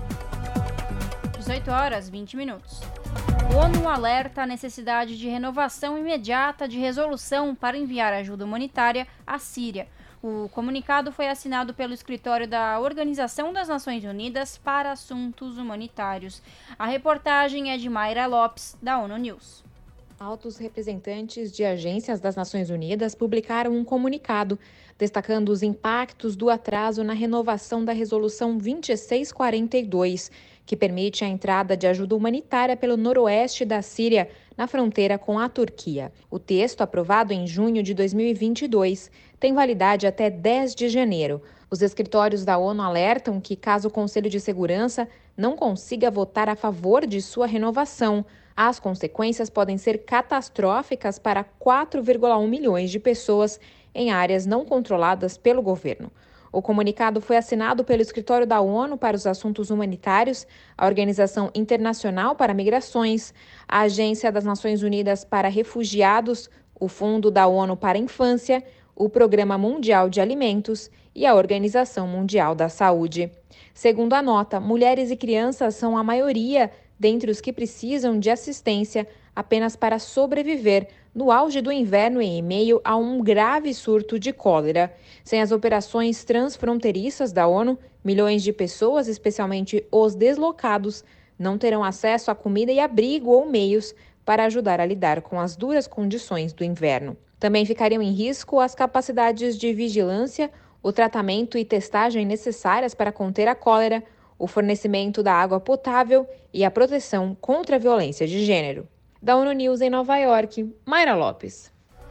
dezoito horas e vinte minutos. O ONU alerta a necessidade de renovação imediata de resolução para enviar ajuda humanitária à Síria. O comunicado foi assinado pelo escritório da Organização das Nações Unidas para Assuntos Humanitários. A reportagem é de Mayra Lopes, da ONU News. Altos representantes de agências das Nações Unidas publicaram um comunicado destacando os impactos do atraso na renovação da Resolução vinte e seis quarenta e dois, que permite a entrada de ajuda humanitária pelo noroeste da Síria, na fronteira com a Turquia. O texto, aprovado em junho de dois mil e vinte e dois, tem validade até dez de janeiro. Os escritórios da ONU alertam que, caso o Conselho de Segurança não consiga votar a favor de sua renovação, as consequências podem ser catastróficas para quatro vírgula um milhões de pessoas em áreas não controladas pelo governo. O comunicado foi assinado pelo Escritório da ONU para os Assuntos Humanitários, a Organização Internacional para Migrações, a Agência das Nações Unidas para Refugiados, o Fundo da ONU para a Infância, o Programa Mundial de Alimentos e a Organização Mundial da Saúde. Segundo a nota, mulheres e crianças são a maioria dentre os que precisam de assistência apenas para sobreviver no auge do inverno em meio a um grave surto de cólera. Sem as operações transfronteiriças da ONU, milhões de pessoas, especialmente os deslocados, não terão acesso a comida e abrigo ou meios para ajudar a lidar com as duras condições do inverno. Também ficariam em risco as capacidades de vigilância, o tratamento e testagem necessárias para conter a cólera, o fornecimento da água potável e a proteção contra a violência de gênero. Da ONU News em Nova York, Mayra Lopes.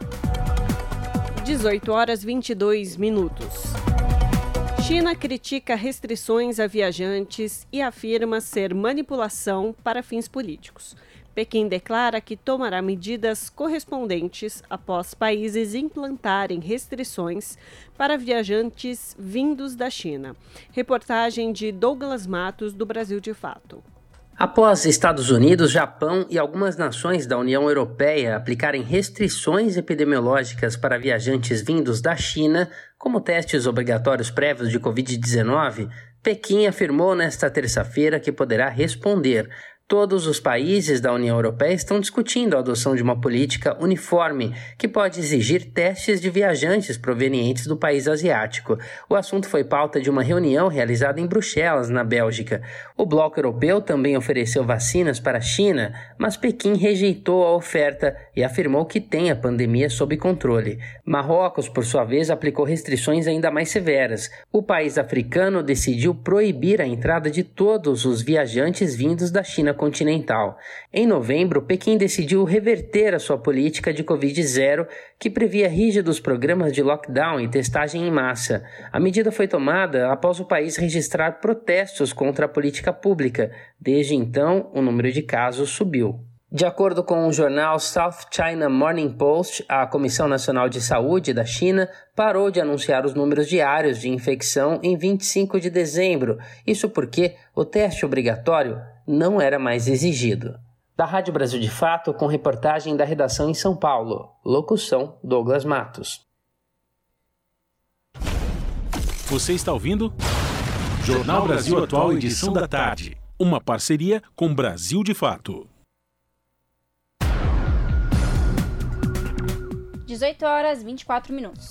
dezoito horas e vinte e dois minutos. China critica restrições a viajantes e afirma ser manipulação para fins políticos. Pequim declara que tomará medidas correspondentes após países implantarem restrições para viajantes vindos da China. Reportagem de Douglas Matos, do Brasil de Fato. Após Estados Unidos, Japão e algumas nações da União Europeia aplicarem restrições epidemiológicas para viajantes vindos da China, como testes obrigatórios prévios de covid dezenove, Pequim afirmou nesta terça-feira que poderá responder. Todos os países da União Europeia estão discutindo a adoção de uma política uniforme que pode exigir testes de viajantes provenientes do país asiático. O assunto foi pauta de uma reunião realizada em Bruxelas, na Bélgica. O bloco europeu também ofereceu vacinas para a China, mas Pequim rejeitou a oferta e afirmou que tem a pandemia sob controle. Marrocos, por sua vez, aplicou restrições ainda mais severas. O país africano decidiu proibir a entrada de todos os viajantes vindos da China continental. Em novembro, Pequim decidiu reverter a sua política de Covid zero, que previa rígidos programas de lockdown e testagem em massa. A medida foi tomada após o país registrar protestos contra a política pública. Desde então, o número de casos subiu. De acordo com o jornal South China Morning Post, a Comissão Nacional de Saúde da China parou de anunciar os números diários de infecção em vinte e cinco de dezembro, isso porque o teste obrigatório não era mais exigido. Da Rádio Brasil de Fato, com reportagem da redação em São Paulo. Locução, Douglas Matos. Você está ouvindo? Jornal Brasil Atual, edição da tarde. Uma parceria com Brasil de Fato. dezoito horas e vinte e quatro minutos.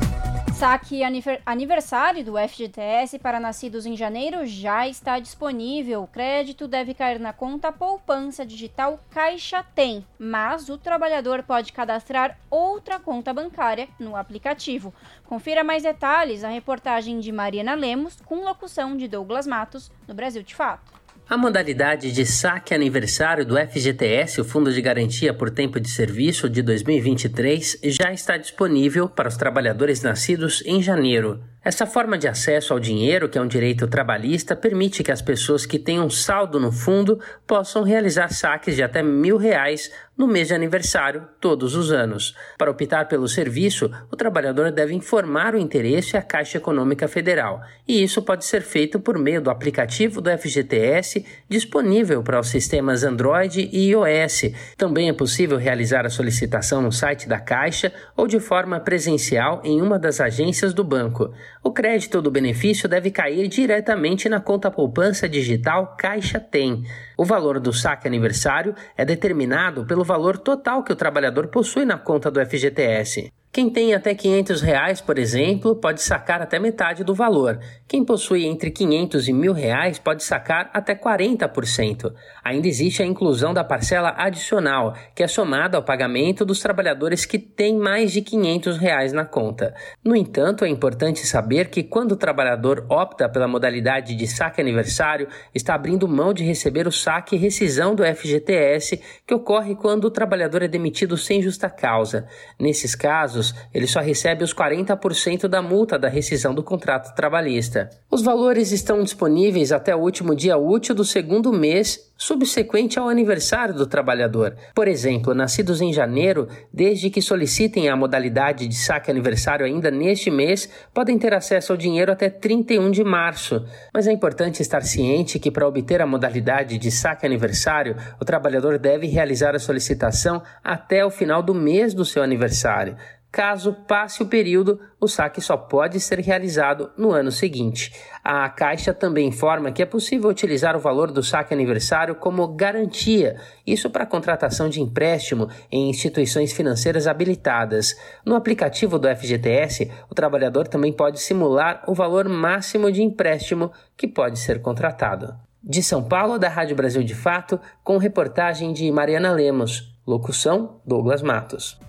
Saque aniversário do F G T S para nascidos em janeiro já está disponível. O crédito deve cair na conta poupança digital Caixa Tem, mas o trabalhador pode cadastrar outra conta bancária no aplicativo. Confira mais detalhes na reportagem de Mariana Lemos, com locução de Douglas Matos, no Brasil de Fato. A modalidade de saque aniversário do F G T S, o Fundo de Garantia por Tempo de Serviço de dois mil e vinte e três, já está disponível para os trabalhadores nascidos em janeiro. Essa forma de acesso ao dinheiro, que é um direito trabalhista, permite que as pessoas que têm um saldo no fundo possam realizar saques de até mil reais no mês de aniversário todos os anos. Para optar pelo serviço, o trabalhador deve informar o interesse à Caixa Econômica Federal, e isso pode ser feito por meio do aplicativo do F G T S disponível para os sistemas Android e iOS. Também é possível realizar a solicitação no site da Caixa ou de forma presencial em uma das agências do banco. O crédito do benefício deve cair diretamente na conta poupança digital Caixa Tem. O valor do saque aniversário é determinado pelo valor total que o trabalhador possui na conta do F G T S. Quem tem até quinhentos reais, por exemplo, pode sacar até metade do valor. Quem possui entre quinhentos e mil reais pode sacar até quarenta por cento. Ainda existe a inclusão da parcela adicional, que é somada ao pagamento dos trabalhadores que têm mais de quinhentos reais na conta. No entanto, é importante saber que quando o trabalhador opta pela modalidade de saque aniversário, está abrindo mão de receber o saque e rescisão do F G T S, que ocorre quando o trabalhador é demitido sem justa causa. Nesses casos, ele só recebe os quarenta por cento da multa da rescisão do contrato trabalhista. Os valores estão disponíveis até o último dia útil do segundo mês subsequente ao aniversário do trabalhador. Por exemplo, nascidos em janeiro, desde que solicitem a modalidade de saque aniversário ainda neste mês, podem ter acesso ao dinheiro até trinta e um de março. Mas é importante estar ciente que, para obter a modalidade de saque aniversário, o trabalhador deve realizar a solicitação até o final do mês do seu aniversário. Caso passe o período, o saque só pode ser realizado no ano seguinte. A Caixa também informa que é possível utilizar o valor do saque aniversário como garantia, isso para a contratação de empréstimo em instituições financeiras habilitadas. No aplicativo do F G T S, o trabalhador também pode simular o valor máximo de empréstimo que pode ser contratado. De São Paulo, da Rádio Brasil de Fato, com reportagem de Mariana Lemos. Locução, Douglas Matos.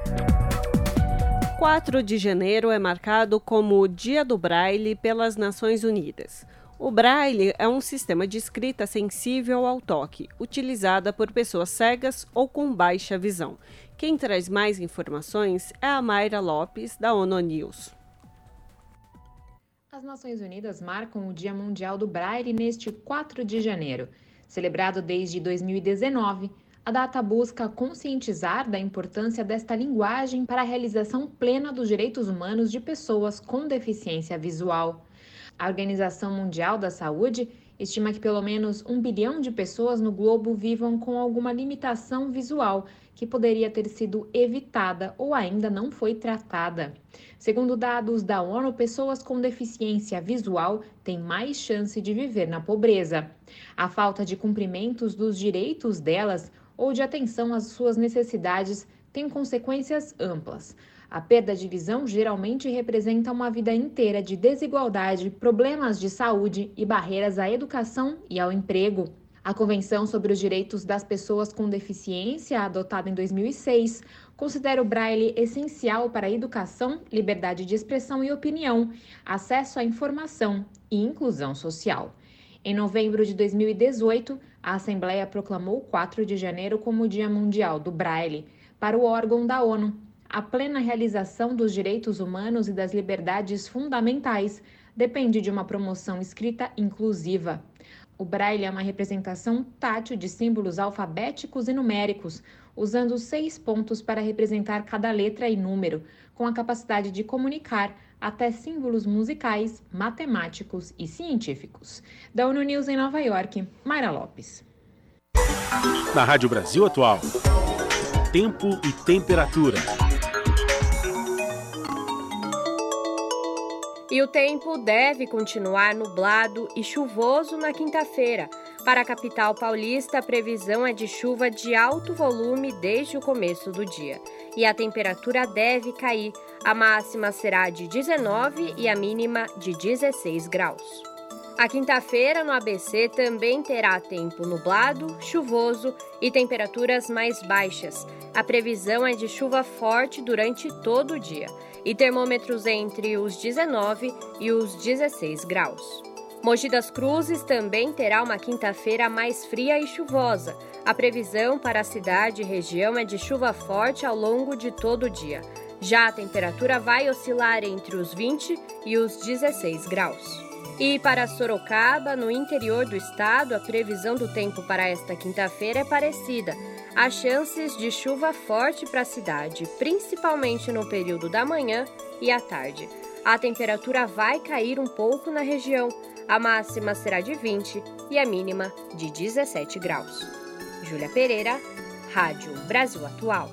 quatro de janeiro é marcado como o Dia do Braille pelas Nações Unidas. O Braille é um sistema de escrita sensível ao toque, utilizada por pessoas cegas ou com baixa visão. Quem traz mais informações é a Mayra Lopes, da ONU News. As Nações Unidas marcam o Dia Mundial do Braille neste quatro de janeiro. Celebrado desde dois mil e dezenove, a data busca conscientizar da importância desta linguagem para a realização plena dos direitos humanos de pessoas com deficiência visual. A Organização Mundial da Saúde estima que pelo menos um bilhão de pessoas no globo vivam com alguma limitação visual que poderia ter sido evitada ou ainda não foi tratada. Segundo dados da ONU, pessoas com deficiência visual têm mais chance de viver na pobreza. A falta de cumprimentos dos direitos delas ou de atenção às suas necessidades tem consequências amplas. A perda de visão geralmente representa uma vida inteira de desigualdade, problemas de saúde e barreiras à educação e ao emprego. A Convenção sobre os Direitos das Pessoas com Deficiência, adotada em dois mil e seis, considera o Braille essencial para a educação, liberdade de expressão e opinião, acesso à informação e inclusão social. Em novembro de dois mil e dezoito, a Assembleia proclamou quatro de janeiro como o Dia Mundial do Braille. Para o órgão da ONU, a plena realização dos direitos humanos e das liberdades fundamentais depende de uma promoção escrita inclusiva. O Braille é uma representação tátil de símbolos alfabéticos e numéricos, usando seis pontos para representar cada letra e número, com a capacidade de comunicar até símbolos musicais, matemáticos e científicos. Da ONU News em Nova York, Mayra Lopes. Na Rádio Brasil Atual, tempo e temperatura. E o tempo deve continuar nublado e chuvoso na quinta-feira. Para a capital paulista, a previsão é de chuva de alto volume desde o começo do dia. E a temperatura deve cair. A máxima será de dezenove e a mínima de dezesseis graus. A quinta-feira no A B C também terá tempo nublado, chuvoso e temperaturas mais baixas. A previsão é de chuva forte durante todo o dia e termômetros entre os dezenove e os dezesseis graus. Mogi das Cruzes também terá uma quinta-feira mais fria e chuvosa. A previsão para a cidade e região é de chuva forte ao longo de todo o dia. Já a temperatura vai oscilar entre os vinte e os dezesseis graus. E para Sorocaba, no interior do estado, a previsão do tempo para esta quinta-feira é parecida. Há chances de chuva forte para a cidade, principalmente no período da manhã e à tarde. A temperatura vai cair um pouco na região. A máxima será de vinte e a mínima de dezessete graus. Júlia Pereira, Rádio Brasil Atual.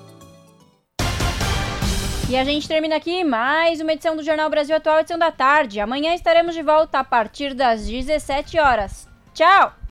E a gente termina aqui mais uma edição do Jornal Brasil Atual, edição da tarde. Amanhã estaremos de volta a partir das dezessete horas. Tchau!